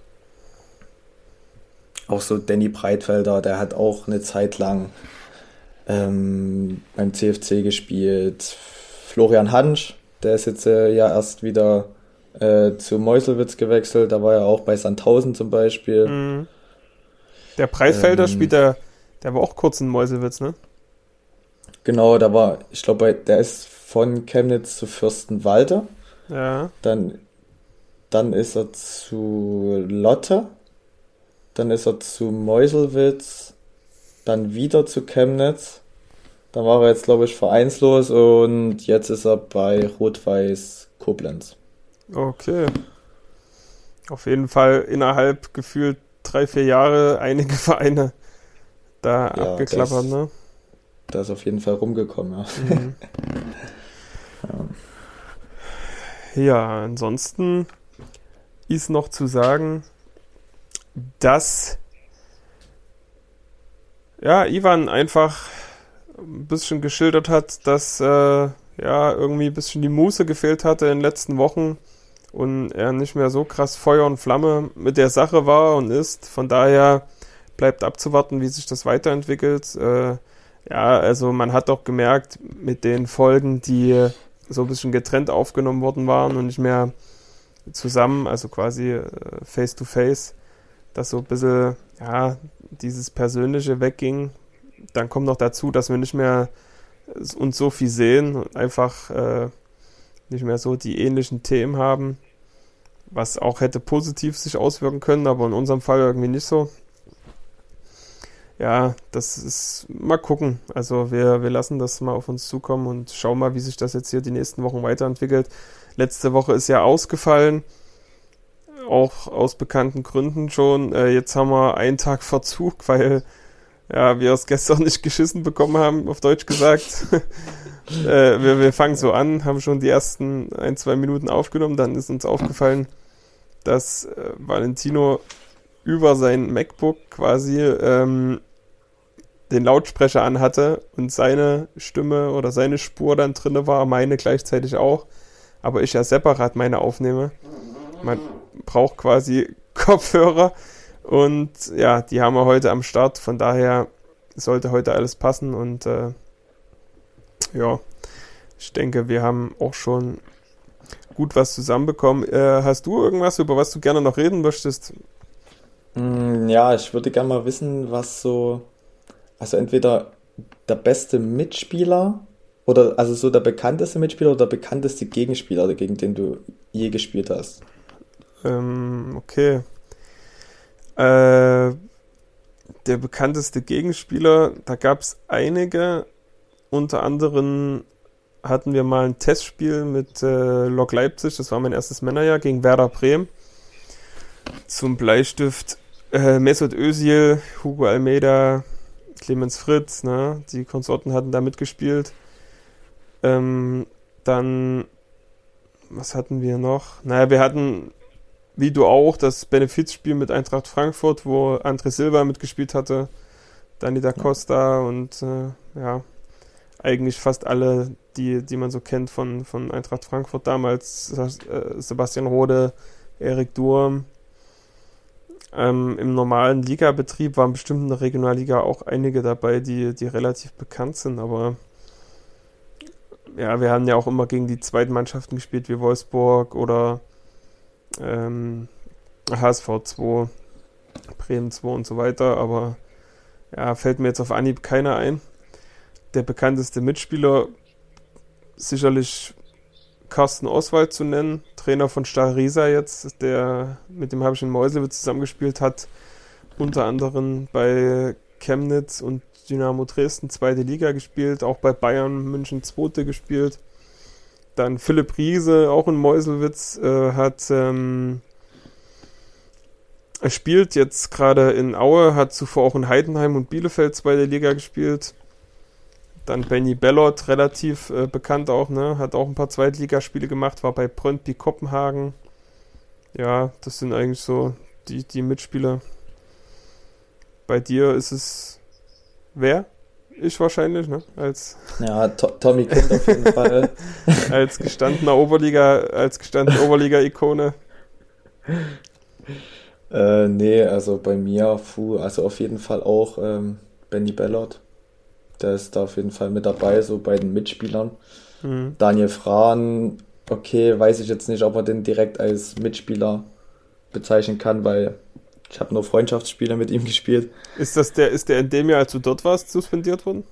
Auch so Danny Breitfelder, der hat auch eine Zeit lang ähm, beim C F C gespielt. Florian Hansch, der ist jetzt äh, ja erst wieder äh, zu Meuselwitz gewechselt, da war er auch bei Sandhausen zum Beispiel. Mhm. Der Breitfelder Ähm, spielt der, der war auch kurz in Meuselwitz, ne? Genau, da war, ich glaube, der ist von Chemnitz zu Fürstenwalde, Ja. dann, dann ist er zu Lotte. dann ist er zu Meuselwitz, dann wieder zu Chemnitz. Dann war er jetzt, glaube ich, vereinslos und jetzt ist er bei Rot-Weiß Koblenz. Okay. Auf jeden Fall innerhalb gefühlt drei, vier Jahre einige Vereine da Ja, abgeklappert, das, ne? da ist auf jeden Fall rumgekommen, ja. Mhm. Ja, ansonsten ist noch zu sagen, dass ja, Ivan einfach ein bisschen geschildert hat, dass äh, ja irgendwie ein bisschen die Muße gefehlt hatte in den letzten Wochen und er nicht mehr so krass Feuer und Flamme mit der Sache war und ist. Von daher bleibt abzuwarten, wie sich das weiterentwickelt. Äh, ja, also man hat auch gemerkt, mit den Folgen, die so ein bisschen getrennt aufgenommen worden waren und nicht mehr zusammen, also quasi äh, face to face, dass so ein bisschen, ja, dieses Persönliche wegging. Dann kommt noch dazu, dass wir nicht mehr uns so viel sehen und einfach äh, nicht mehr so die ähnlichen Themen haben, was auch hätte positiv sich auswirken können, aber in unserem Fall irgendwie nicht so. Ja, das ist, mal gucken. Also wir, wir lassen das mal auf uns zukommen und schauen mal, wie sich das jetzt hier die nächsten Wochen weiterentwickelt. Letzte Woche ist ja ausgefallen, auch aus bekannten Gründen schon. Äh, jetzt haben wir einen Tag Verzug, weil ja, wir es gestern nicht geschissen bekommen haben, auf Deutsch gesagt. äh, wir, wir fangen so an, haben schon die ersten ein, zwei Minuten aufgenommen, dann ist uns aufgefallen, dass äh, Valentino über sein MacBook quasi ähm, den Lautsprecher anhatte und seine Stimme oder seine Spur dann drin war, meine gleichzeitig auch, aber ich ja separat meine aufnehme. Man braucht quasi Kopfhörer und ja, die haben wir heute am Start, von daher sollte heute alles passen und äh, ja, ich denke, wir haben auch schon gut was zusammenbekommen. Äh, hast du irgendwas, über was du gerne noch reden möchtest? Mm, Ja, ich würde gerne mal wissen, was so, also entweder der beste Mitspieler oder also so der bekannteste Mitspieler oder der bekannteste Gegenspieler, gegen den du je gespielt hast. Ähm, okay. Äh, der bekannteste Gegenspieler, da gab es einige, unter anderem hatten wir mal ein Testspiel mit äh, Lok Leipzig, das war mein erstes Männerjahr, gegen Werder Bremen. Zum Bleistift äh, Mesut Özil, Hugo Almeida, Clemens Fritz, ne? Die Konsorten hatten da mitgespielt. Ähm, dann, was hatten wir noch? Naja, wir hatten, wie du auch, das Benefizspiel mit Eintracht Frankfurt, wo André Silva mitgespielt hatte, Dani da Costa und äh, ja, eigentlich fast alle, die, die man so kennt von, von Eintracht Frankfurt damals, äh, Sebastian Rode, Erik Durm. Ähm, Im normalen Ligabetrieb waren bestimmt in der Regionalliga auch einige dabei, die, die relativ bekannt sind, aber ja, wir haben ja auch immer gegen die zweiten Mannschaften gespielt, wie Wolfsburg oder ähm, H S V zwei, Bremen zwei und so weiter, aber ja, fällt mir jetzt auf Anhieb keiner ein. Der bekannteste Mitspieler sicherlich Carsten Oswald zu nennen, Trainer von Stade Riesa jetzt, der, mit dem habe ich in Meuselwitz zusammengespielt, hat unter anderem bei Chemnitz und Dynamo Dresden zweite Liga gespielt, auch bei Bayern München zweite gespielt. Dann Philipp Riese, auch in Meuselwitz, äh, hat ähm, er spielt jetzt gerade in Aue, hat zuvor auch in Heidenheim und Bielefeld zweite Liga gespielt. Dann Benny Bellot, relativ äh, bekannt auch, ne? Hat auch ein paar Zweitligaspiele gemacht, war bei Brøndby Kopenhagen. Ja, das sind eigentlich so die, die Mitspieler. Bei dir ist es wer? Ich wahrscheinlich, ne? Als, Ja, To Tommy Kind auf jeden Fall. als gestandener Oberliga, als gestandene Oberliga-Ikone. Äh, nee, also bei mir, puh, also auf jeden Fall auch ähm, Benny Bellot. Der ist da auf jeden Fall mit dabei, so bei den Mitspielern. Mhm. Daniel Frahn, okay, weiß ich jetzt nicht, ob man den direkt als Mitspieler bezeichnen kann, weil ich habe nur Freundschaftsspiele mit ihm gespielt. Ist das der, ist der in dem Jahr, als du dort warst, suspendiert worden?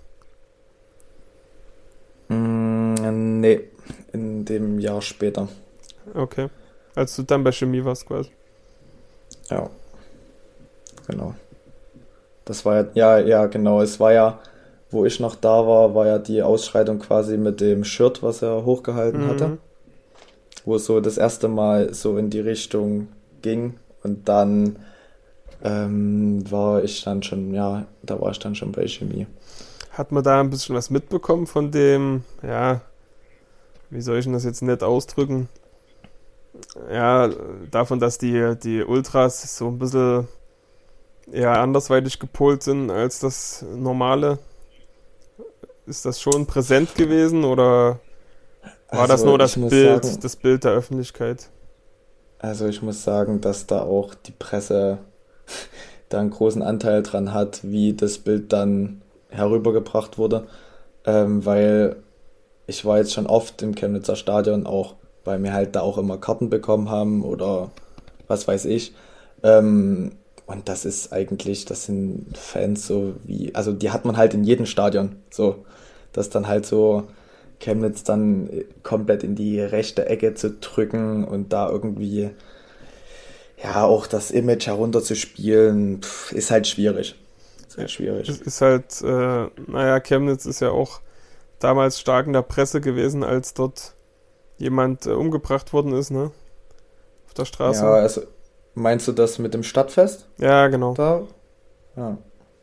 Mm, nee, in dem Jahr später. Okay. Als du dann bei Chemie warst quasi. Ja. genau. Das war ja, ja, ja, genau. Es war ja, wo ich noch da war, war ja die Ausschreitung quasi mit dem Shirt, was er hochgehalten hatte. Mhm. Wo es so das erste Mal so in die Richtung ging. Und dann ähm, war ich dann schon, ja, da war ich dann schon bei Chemie. Hat man da ein bisschen was mitbekommen von dem, ja, wie soll ich denn das jetzt nett ausdrücken? Ja, davon, dass die, die Ultras so ein bisschen eher andersweitig gepolt sind als das normale. Ist das schon präsent gewesen oder war das Also nur das ich muss Bild, sagen, das Bild der Öffentlichkeit? also ich muss sagen, dass da auch die Presse da einen großen Anteil dran hat, wie das Bild dann herübergebracht wurde. Ähm, weil ich war jetzt schon oft im Chemnitzer Stadion, auch weil wir halt da auch immer Karten bekommen haben oder was weiß ich. Ähm, und das ist eigentlich, das sind Fans so wie, also die hat man halt in jedem Stadion. So, dass dann halt so Chemnitz dann komplett in die rechte Ecke zu drücken und da irgendwie ja auch das Image herunterzuspielen, pf, ist halt schwierig. Ist Ja, halt schwierig. es ist halt, äh, naja, Chemnitz ist ja auch damals stark in der Presse gewesen, als dort jemand äh, umgebracht worden ist, ne? Auf der Ja, Straße. also meinst du das mit dem Stadtfest Ja, genau. da? Ja.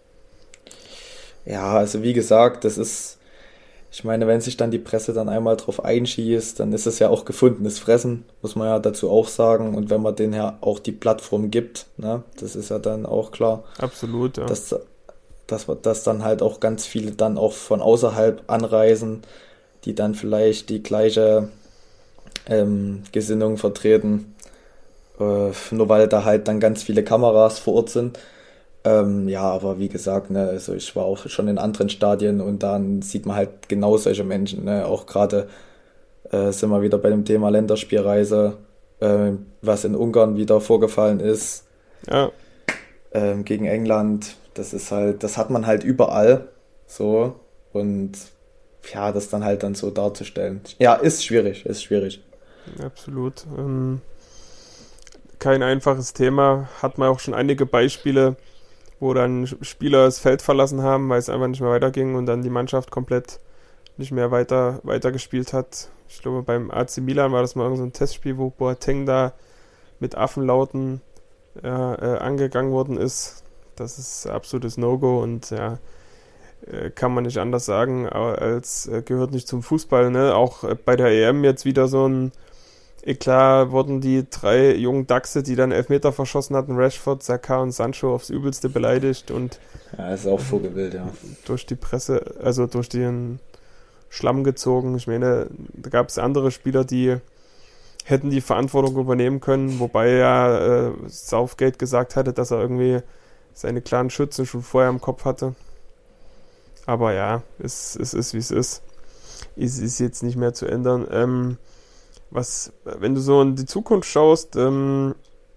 Ja, also wie gesagt, das ist, ich meine, wenn sich dann die Presse dann einmal drauf einschießt, dann ist es ja auch gefundenes Fressen, muss man ja dazu auch sagen. Und wenn man denen ja auch die Plattform gibt, ne, das ist ja dann auch klar, Absolut, ja. dass, dass, dass dann halt auch ganz viele dann auch von außerhalb anreisen, die dann vielleicht die gleiche ähm, Gesinnung vertreten, äh, nur weil da halt dann ganz viele Kameras vor Ort sind. Ähm, ja, aber wie gesagt, ne, also ich war auch schon in anderen Stadien und dann sieht man halt genau solche Menschen, ne, auch gerade äh, sind wir wieder bei dem Thema Länderspielreise, äh, was in Ungarn wieder vorgefallen ist, Ja, ähm, gegen England, das ist halt, das hat man halt überall so und ja, das dann halt dann so darzustellen. Ja, ist schwierig, ist schwierig. absolut. Ähm, kein einfaches Thema. Hat man auch schon einige Beispiele, wo dann Spieler das Feld verlassen haben, weil es einfach nicht mehr weiterging und dann die Mannschaft komplett nicht mehr weiter, weiter gespielt hat. Ich glaube, beim A C Milan war das mal irgend so ein Testspiel, wo Boateng da mit Affenlauten ja, äh, angegangen worden ist. Das ist absolutes No-Go und ja, äh, kann man nicht anders sagen, aber als äh, gehört nicht zum Fußball. Ne? Auch äh, bei der E M jetzt wieder so ein Eklat wurden die drei jungen Dachse, die dann Elfmeter verschossen hatten, Rashford, Saka und Sancho, aufs Übelste beleidigt und Ja, ist auch Vogelwild, ja. durch die Presse, also durch den Schlamm gezogen. Ich meine, da gab es andere Spieler, die hätten die Verantwortung übernehmen können, wobei ja äh, Southgate gesagt hatte, dass er irgendwie seine klaren Schützen schon vorher im Kopf hatte. Aber ja, es, es ist, wie es ist. Es ist jetzt nicht mehr zu ändern. Ähm, was, wenn du so in die Zukunft schaust, ähm,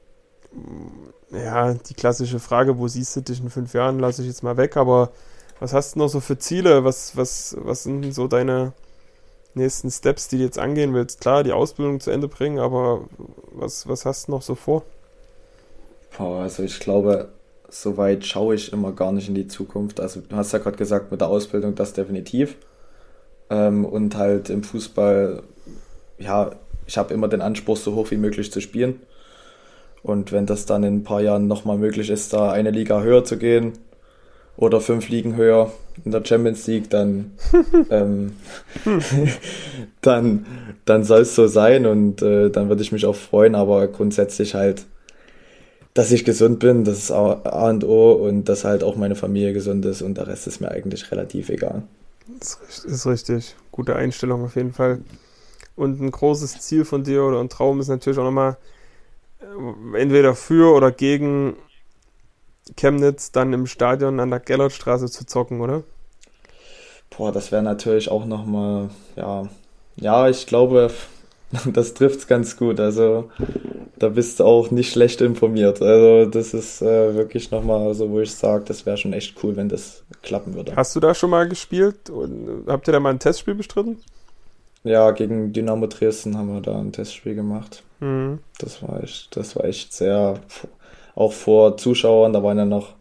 ja, die klassische Frage, wo siehst du dich in fünf Jahren, lasse ich jetzt mal weg, aber was hast du noch so für Ziele? Was, was, was sind so deine nächsten Steps, die du jetzt angehen willst? Klar, die Ausbildung zu Ende bringen, aber was, was hast du noch so vor? Boah, also ich glaube, so weit schaue ich immer gar nicht in die Zukunft. Also du hast ja gerade gesagt, mit der Ausbildung das definitiv. Ähm, und halt im Fußball, ja, ich habe immer den Anspruch, so hoch wie möglich zu spielen. Und wenn das dann in ein paar Jahren nochmal möglich ist, da eine Liga höher zu gehen oder fünf Ligen höher in der Champions League, dann, ähm, dann, dann soll es so sein und äh, dann würde ich mich auch freuen. Aber grundsätzlich halt, dass ich gesund bin, das ist A A und O und dass halt auch meine Familie gesund ist und der Rest ist mir eigentlich relativ egal. Das ist ist richtig. Gute Einstellung auf jeden Fall. Und ein großes Ziel von dir oder ein Traum ist natürlich auch nochmal äh, entweder für oder gegen Chemnitz dann im Stadion an der Gellertstraße zu zocken, oder? Boah, das wäre natürlich auch nochmal, ja, ja, ich glaube, das trifft's ganz gut. Also da bist du auch nicht schlecht informiert. Also das ist äh, wirklich nochmal so, wo ich sage, das wäre schon echt cool, wenn das klappen würde. Hast du da schon mal gespielt? Und habt ihr da mal ein Testspiel bestritten? Ja, gegen Dynamo Dresden haben wir da ein Testspiel gemacht. Mhm. Das war echt, das war echt sehr, auch vor Zuschauern, da waren ja noch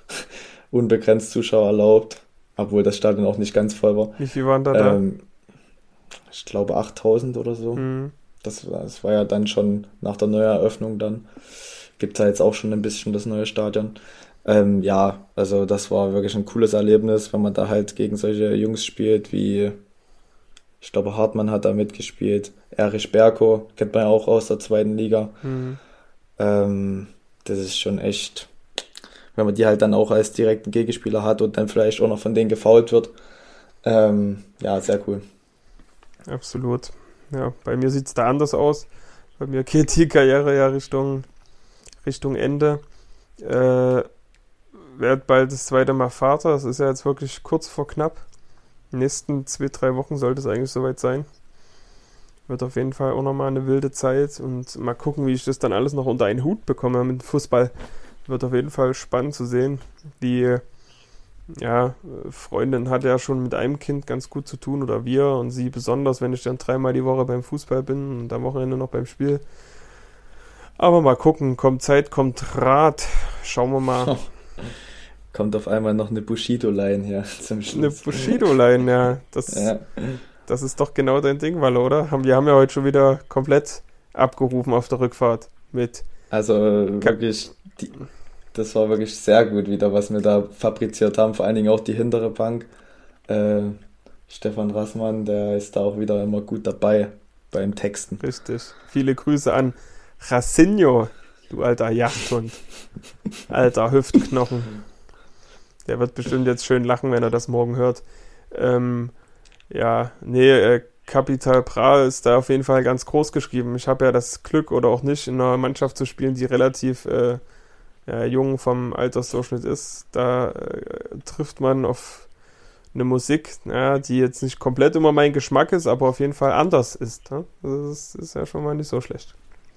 unbegrenzt Zuschauer erlaubt, obwohl das Stadion auch nicht ganz voll war. Wie viel waren da ähm, da? Ich glaube achttausend oder so. Mhm. Das, das war ja dann schon nach der Neueröffnung dann. Gibt es ja jetzt auch schon ein bisschen das neue Stadion. Ähm, ja, also das war wirklich ein cooles Erlebnis, wenn man da halt gegen solche Jungs spielt, wie, ich glaube, Hartmann hat da mitgespielt, Erich Berko, kennt man ja auch aus der zweiten Liga. Mhm. Ähm, das ist schon echt, wenn man die halt dann auch als direkten Gegenspieler hat und dann vielleicht auch noch von denen gefoult wird. Ähm, ja, sehr cool. Absolut. Ja, bei mir sieht es da anders aus. Bei mir geht die Karriere ja Richtung, Richtung Ende. Äh, werde bald das zweite Mal Vater. Das ist ja jetzt wirklich kurz vor knapp. In den nächsten zwei, drei Wochen sollte es eigentlich soweit sein. Wird auf jeden Fall auch nochmal eine wilde Zeit und mal gucken, wie ich das dann alles noch unter einen Hut bekomme mit Fußball. Wird auf jeden Fall spannend zu sehen. Die ja, Freundin hat ja schon mit einem Kind ganz gut zu tun oder wir und sie besonders, wenn ich dann dreimal die Woche beim Fußball bin und am Wochenende noch beim Spiel. Aber mal gucken, kommt Zeit, kommt Rat. Schauen wir mal. Kommt auf einmal noch eine Bushido-Line hier zum Schluss. Eine Bushido-Line, ja. Das, ja. das ist doch genau dein Ding, Walle, oder? Wir haben ja heute schon wieder komplett abgerufen auf der Rückfahrt mit. Also wirklich, die, das war wirklich sehr gut wieder, was wir da fabriziert haben. Vor allen Dingen auch die hintere Bank. Äh, Stefan Rassmann, der ist da auch wieder immer gut dabei beim Texten. Richtig. Viele Grüße an Racinho, du alter Jagdhund. Alter Hüftknochen. Der wird bestimmt jetzt schön lachen, wenn er das morgen hört. Ähm, ja, nee, äh, Capital Bra ist da auf jeden Fall ganz groß geschrieben. Ich habe ja das Glück, oder auch nicht, in einer Mannschaft zu spielen, die relativ äh, ja, jung vom Altersdurchschnitt ist. Da äh, trifft man auf eine Musik, ja, die jetzt nicht komplett immer mein Geschmack ist, aber auf jeden Fall anders ist. Ne? Das ist ja schon mal nicht so schlecht.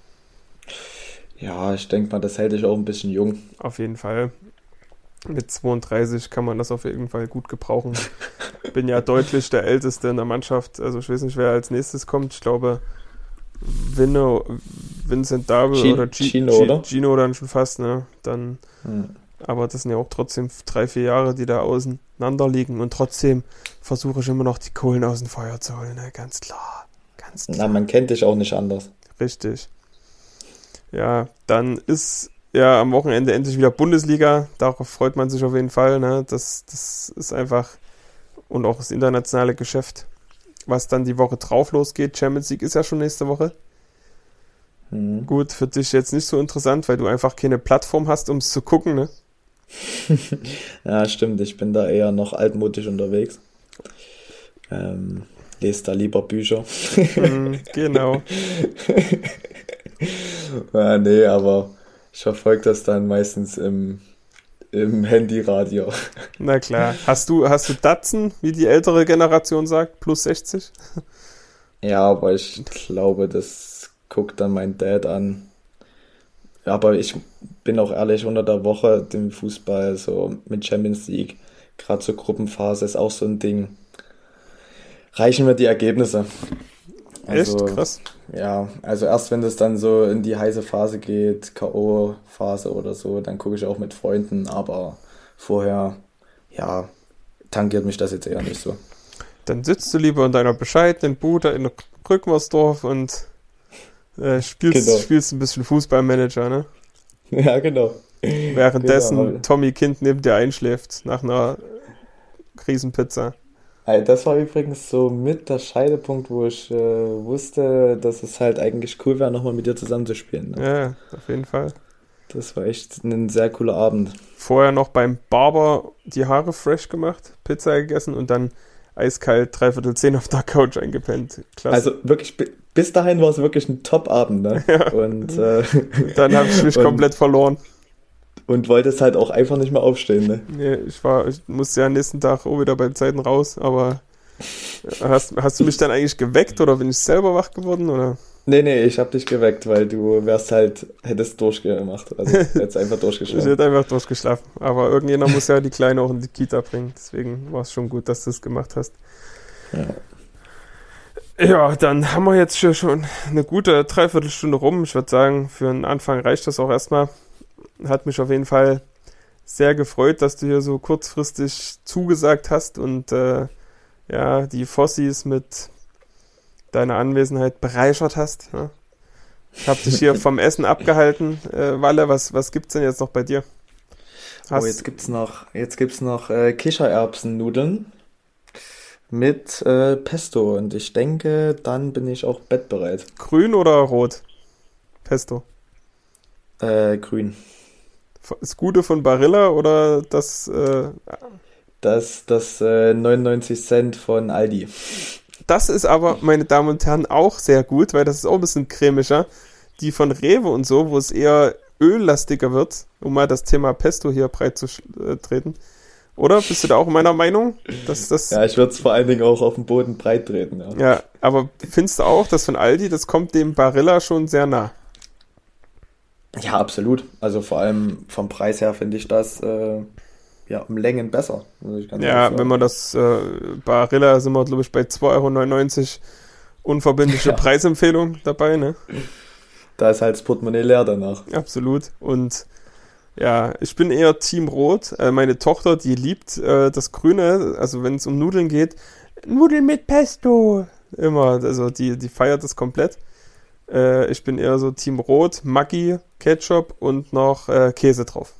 Ja, ich denke mal, das hält dich auch ein bisschen jung. Auf jeden Fall. Mit zweiunddreißig kann man das auf jeden Fall gut gebrauchen. Bin ja deutlich der Älteste in der Mannschaft. Also ich weiß nicht, wer als nächstes kommt. Ich glaube, Vino, Vincent Dabel G- oder G- Gino, G- oder? Gino dann schon fast. Ne? Dann, Hm. aber das sind ja auch trotzdem drei, vier Jahre, die da auseinander liegen. Und trotzdem versuche ich immer noch die Kohlen aus dem Feuer zu holen. Ne? Ganz klar. Ganz klar. Na, man kennt dich auch nicht anders. Richtig. Ja, dann ist ja am Wochenende endlich wieder Bundesliga. Darauf freut man sich auf jeden Fall. Ne? Das, das ist einfach, und auch das internationale Geschäft, was dann die Woche drauf losgeht. Champions League ist ja schon nächste Woche. Hm. Gut, für dich jetzt nicht so interessant, weil du einfach keine Plattform hast, um es zu gucken. Ne? Ja, stimmt. Ich bin da eher noch altmodisch unterwegs. Ähm, lese da lieber Bücher. mm, genau. Ja, nee, aber ich verfolge das dann meistens im, im Handyradio. Na klar. Hast du, hast du Datsen, wie die ältere Generation sagt, plus sechzig? Ja, aber ich glaube, das guckt dann mein Dad an. Aber ich bin auch ehrlich, unter der Woche dem Fußball, so mit Champions League, gerade zur Gruppenphase ist auch so ein Ding. Reichen mir die Ergebnisse. Also, Echt? Krass. ja, also erst wenn das dann so in die heiße Phase geht, K O-Phase oder so, dann gucke ich auch mit Freunden, aber vorher, ja, tangiert mich das jetzt eher nicht so. Dann sitzt du lieber in deiner bescheidenen Bude in Rückmersdorf und äh, spielst, Genau. spielst ein bisschen Fußballmanager, ne? Ja, genau. Währenddessen Genau. Tommy Kind neben dir einschläft nach einer Riesenpizza. Ey, das war übrigens so mit der Scheidepunkt, wo ich äh, wusste, dass es halt eigentlich cool wäre, nochmal mit dir zusammen zu spielen. Ne? Ja, auf jeden Fall. Das war echt ein sehr cooler Abend. Vorher noch beim Barber die Haare fresh gemacht, Pizza gegessen und dann eiskalt dreiviertel zehn auf der Couch eingepennt. Klasse. Also wirklich, bi- bis dahin war es wirklich ein Top-Abend. Ne? Ja. Und, äh, Dann habe ich mich und, komplett verloren. und wolltest halt auch einfach nicht mehr aufstehen. Ne? Nee, ich war, ich musste ja am nächsten Tag auch wieder bei Zeiten raus, aber hast, hast du mich dann eigentlich geweckt oder bin ich selber wach geworden, oder? Nee, nee, ich hab dich geweckt, weil du wärst halt, hättest durchgemacht. Also hättest einfach Ich durchgeschlafen. hätte einfach durchgeschlafen. Aber irgendjemand muss ja die Kleine auch in die Kita bringen. Deswegen war es schon gut, dass du es gemacht hast. Ja. Ja, dann haben wir jetzt hier schon eine gute Dreiviertelstunde rum. Ich würde sagen, für einen Anfang reicht das auch erstmal. hat mich auf jeden Fall sehr gefreut, dass du hier so kurzfristig zugesagt hast und äh, ja, die Fossis mit deiner Anwesenheit bereichert hast. Ja. Ich habe dich hier vom Essen abgehalten. Äh, Walle, was, was gibt's denn jetzt noch bei dir? Hast oh, jetzt gibt's noch, jetzt gibt's noch äh, Kichererbsennudeln mit äh, Pesto und ich denke, dann bin ich auch bettbereit. Grün oder rot? Pesto? Äh, grün. Das Gute von Barilla oder das... Äh, das das äh, neunundneunzig Cent von Aldi. Das ist aber, meine Damen und Herren, auch sehr gut, weil das ist auch ein bisschen cremischer. Die von Rewe und so, wo es eher öllastiger wird, um mal das Thema Pesto hier breit zu äh, treten. Oder? Bist du da auch meiner Meinung? Dass das ja, ich würde es vor allen Dingen auch auf dem Boden breit treten. Ja. ja, aber findest du auch, dass von Aldi, das kommt dem Barilla schon sehr nah? Ja, absolut. Also vor allem vom Preis her finde ich das äh, ja um Längen besser. Muss ich ganz ja, wenn man das äh, Barilla sind wir, glaube ich, bei zwei Euro neunundneunzig unverbindliche ja. Preisempfehlung dabei, ne? Da ist halt das Portemonnaie leer danach. Absolut. Und ja, ich bin eher Team Rot. Äh, meine Tochter, die liebt äh, das Grüne, also wenn es um Nudeln geht, Nudeln mit Pesto. Immer, also die, die feiert das komplett. Äh, ich bin eher so Team Rot, Maggi, Ketchup und noch äh, Käse drauf.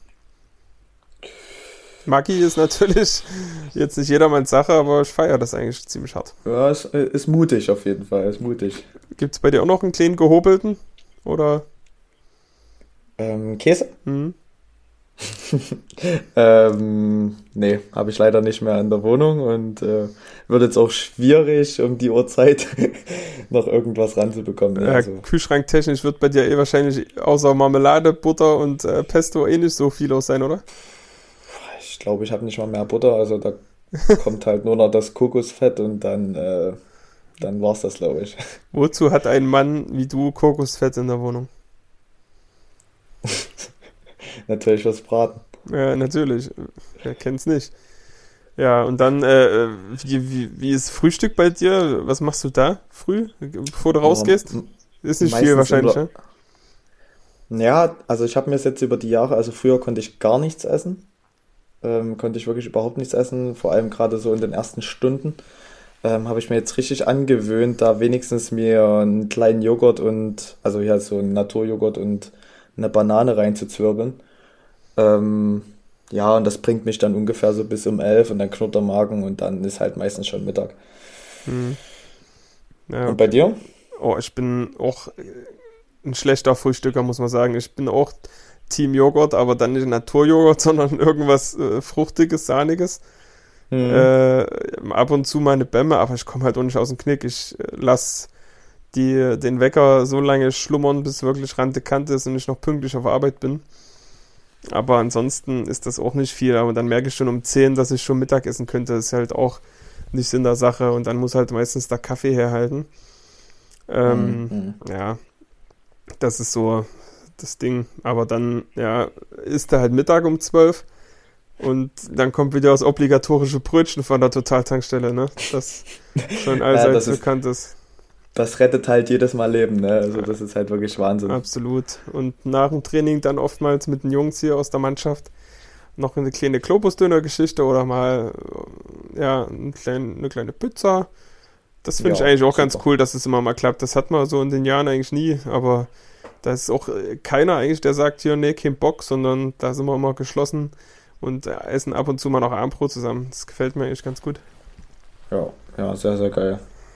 Maggi ist natürlich jetzt nicht jedermanns Sache, aber ich feiere das eigentlich ziemlich hart. Ja, ist, ist mutig auf jeden Fall, ist mutig. Gibt es bei dir auch noch einen kleinen gehobelten? Oder? Ähm, Käse? Mhm. ähm, nee, habe ich leider nicht mehr in der Wohnung und äh, wird jetzt auch schwierig, um die Uhrzeit noch irgendwas ranzubekommen. Ja, also. Kühlschranktechnisch wird bei dir eh wahrscheinlich außer Marmelade, Butter und äh, Pesto eh nicht so viel los sein, oder? Ich glaube, ich habe nicht mal mehr Butter, also da kommt halt nur noch das Kokosfett und dann, äh, dann war's das, glaube ich. Wozu hat ein Mann wie du Kokosfett in der Wohnung? Natürlich fürs Braten. Ja, natürlich. Wer kennt's nicht? Ja, und dann, äh, wie, wie, wie ist Frühstück bei dir? Was machst du da früh, bevor du rausgehst? Ist nicht viel wahrscheinlich, ja? Ja, also ich habe mir jetzt über die Jahre, also früher konnte ich gar nichts essen. Ähm, konnte ich wirklich überhaupt nichts essen, vor allem gerade so in den ersten Stunden. Ähm, habe ich mir jetzt richtig angewöhnt, da wenigstens mir einen kleinen Joghurt und, also ja, so einen Naturjoghurt und eine Banane reinzuzwirbeln. Ähm, ja, und das bringt mich dann ungefähr so bis um elf und dann knurrt der Magen und dann ist halt meistens schon Mittag. Hm. Ja, und bei dir? Oh, ich bin auch ein schlechter Frühstücker, muss man sagen. Ich bin auch Team Joghurt, aber dann nicht Naturjoghurt, sondern irgendwas äh, Fruchtiges, Sahniges. Hm. Äh, ab und zu mal eine Bämme, aber ich komme halt auch nicht aus dem Knick. Ich äh, lasse die, den Wecker so lange schlummern, bis wirklich Rande Kante ist und ich noch pünktlich auf Arbeit bin. Aber ansonsten ist das auch nicht viel. Aber dann merke ich schon um zehn, dass ich schon Mittag essen könnte. Das ist halt auch nicht Sinn der Sache. Und dann muss halt meistens der Kaffee herhalten. Ähm, mhm. Ja, das ist so das Ding. Aber dann, ja, ist da halt Mittag um zwölf. Und dann kommt wieder das obligatorische Brötchen von der Totaltankstelle, ne? Das schon allseits ja, das bekannt ist, ist. Das rettet halt jedes Mal Leben, ne? Also das ist halt wirklich Wahnsinn. Absolut. Und nach dem Training dann oftmals mit den Jungs hier aus der Mannschaft noch eine kleine Globus-Döner-Geschichte oder mal ja, eine kleine, eine kleine Pizza. Das finde ja, ich eigentlich auch super. Ganz cool, dass es immer mal klappt. Das hat man so in den Jahren eigentlich nie, aber da ist auch keiner eigentlich, der sagt hier, nee, kein Bock, sondern da sind wir immer geschlossen und essen ab und zu mal noch Abendbrot zusammen. Das gefällt mir eigentlich ganz gut. Ja, ja, sehr, sehr geil.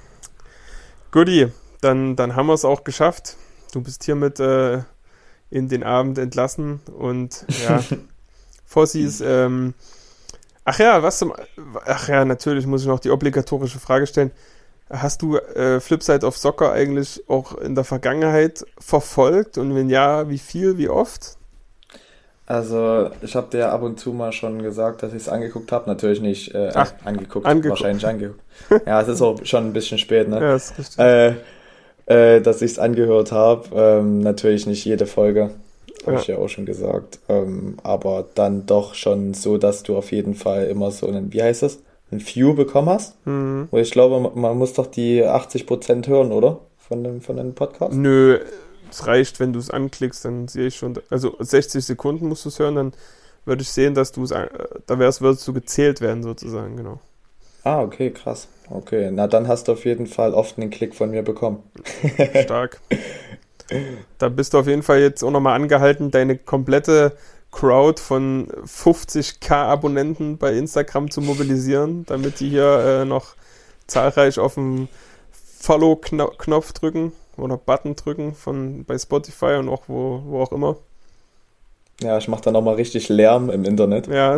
Guti, dann, dann haben wir es auch geschafft. Du bist hiermit äh, in den Abend entlassen und ja, Fossis, ähm, ach ja, was zum, ach ja, natürlich muss ich noch die obligatorische Frage stellen. Hast du äh, Flipside of Soccer eigentlich auch in der Vergangenheit verfolgt und wenn ja, wie viel, wie oft? Also, ich habe dir ab und zu mal schon gesagt, dass ich es angeguckt habe. Natürlich nicht äh, Ach, angeguckt, angeguckt, wahrscheinlich angeguckt. Ja, es ist auch schon ein bisschen spät, ne? Ja, ist richtig. Äh, äh, dass ich es angehört habe. Ähm, natürlich nicht jede Folge, habe ja. ich ja auch schon gesagt. Ähm, aber dann doch schon so, dass du auf jeden Fall immer so einen, wie heißt das? Ein View bekommen hast. Mhm. Und ich glaube, man, man muss doch die achtzig Prozent hören, oder? Von dem, von dem Podcast? Nö. es reicht, wenn du es anklickst, dann sehe ich schon, also sechzig Sekunden musst du es hören, dann würde ich sehen, dass du es, äh, da wär's, würdest du gezählt werden sozusagen, genau. Ah, okay, krass. Okay, na dann hast du auf jeden Fall oft einen Klick von mir bekommen. Stark. Da bist du auf jeden Fall jetzt auch nochmal angehalten, deine komplette Crowd von fünfzigtausend Abonnenten bei Instagram zu mobilisieren, damit die hier äh, noch zahlreich auf den Follow-Knopf drücken oder Button drücken von bei Spotify und auch wo, wo auch immer. Ja, ich mache dann nochmal richtig Lärm im Internet. Ja,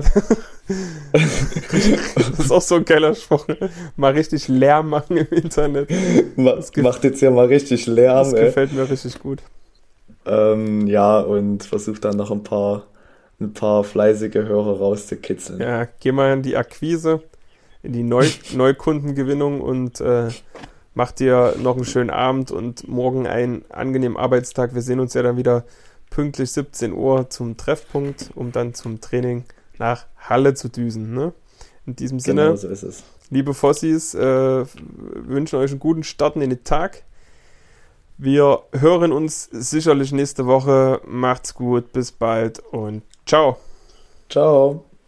das ist auch so ein geiler Spruch. Mal richtig Lärm machen im Internet. Das Macht jetzt ja mal richtig Lärm. Das ey. gefällt mir richtig gut. Ähm, ja, und versuche dann noch ein paar, ein paar fleißige Hörer rauszukitzeln. Ja, geh mal in die Akquise, in die Neu Neukundengewinnung und äh, mach dir noch einen schönen Abend und morgen einen angenehmen Arbeitstag. Wir sehen uns ja dann wieder pünktlich siebzehn Uhr zum Treffpunkt, um dann zum Training nach Halle zu düsen. Ne? In diesem Sinne, Genau so ist es. liebe Fossis, äh, wünschen euch einen guten Start in den Tag. Wir hören uns sicherlich nächste Woche. Macht's gut, bis bald und ciao. Ciao.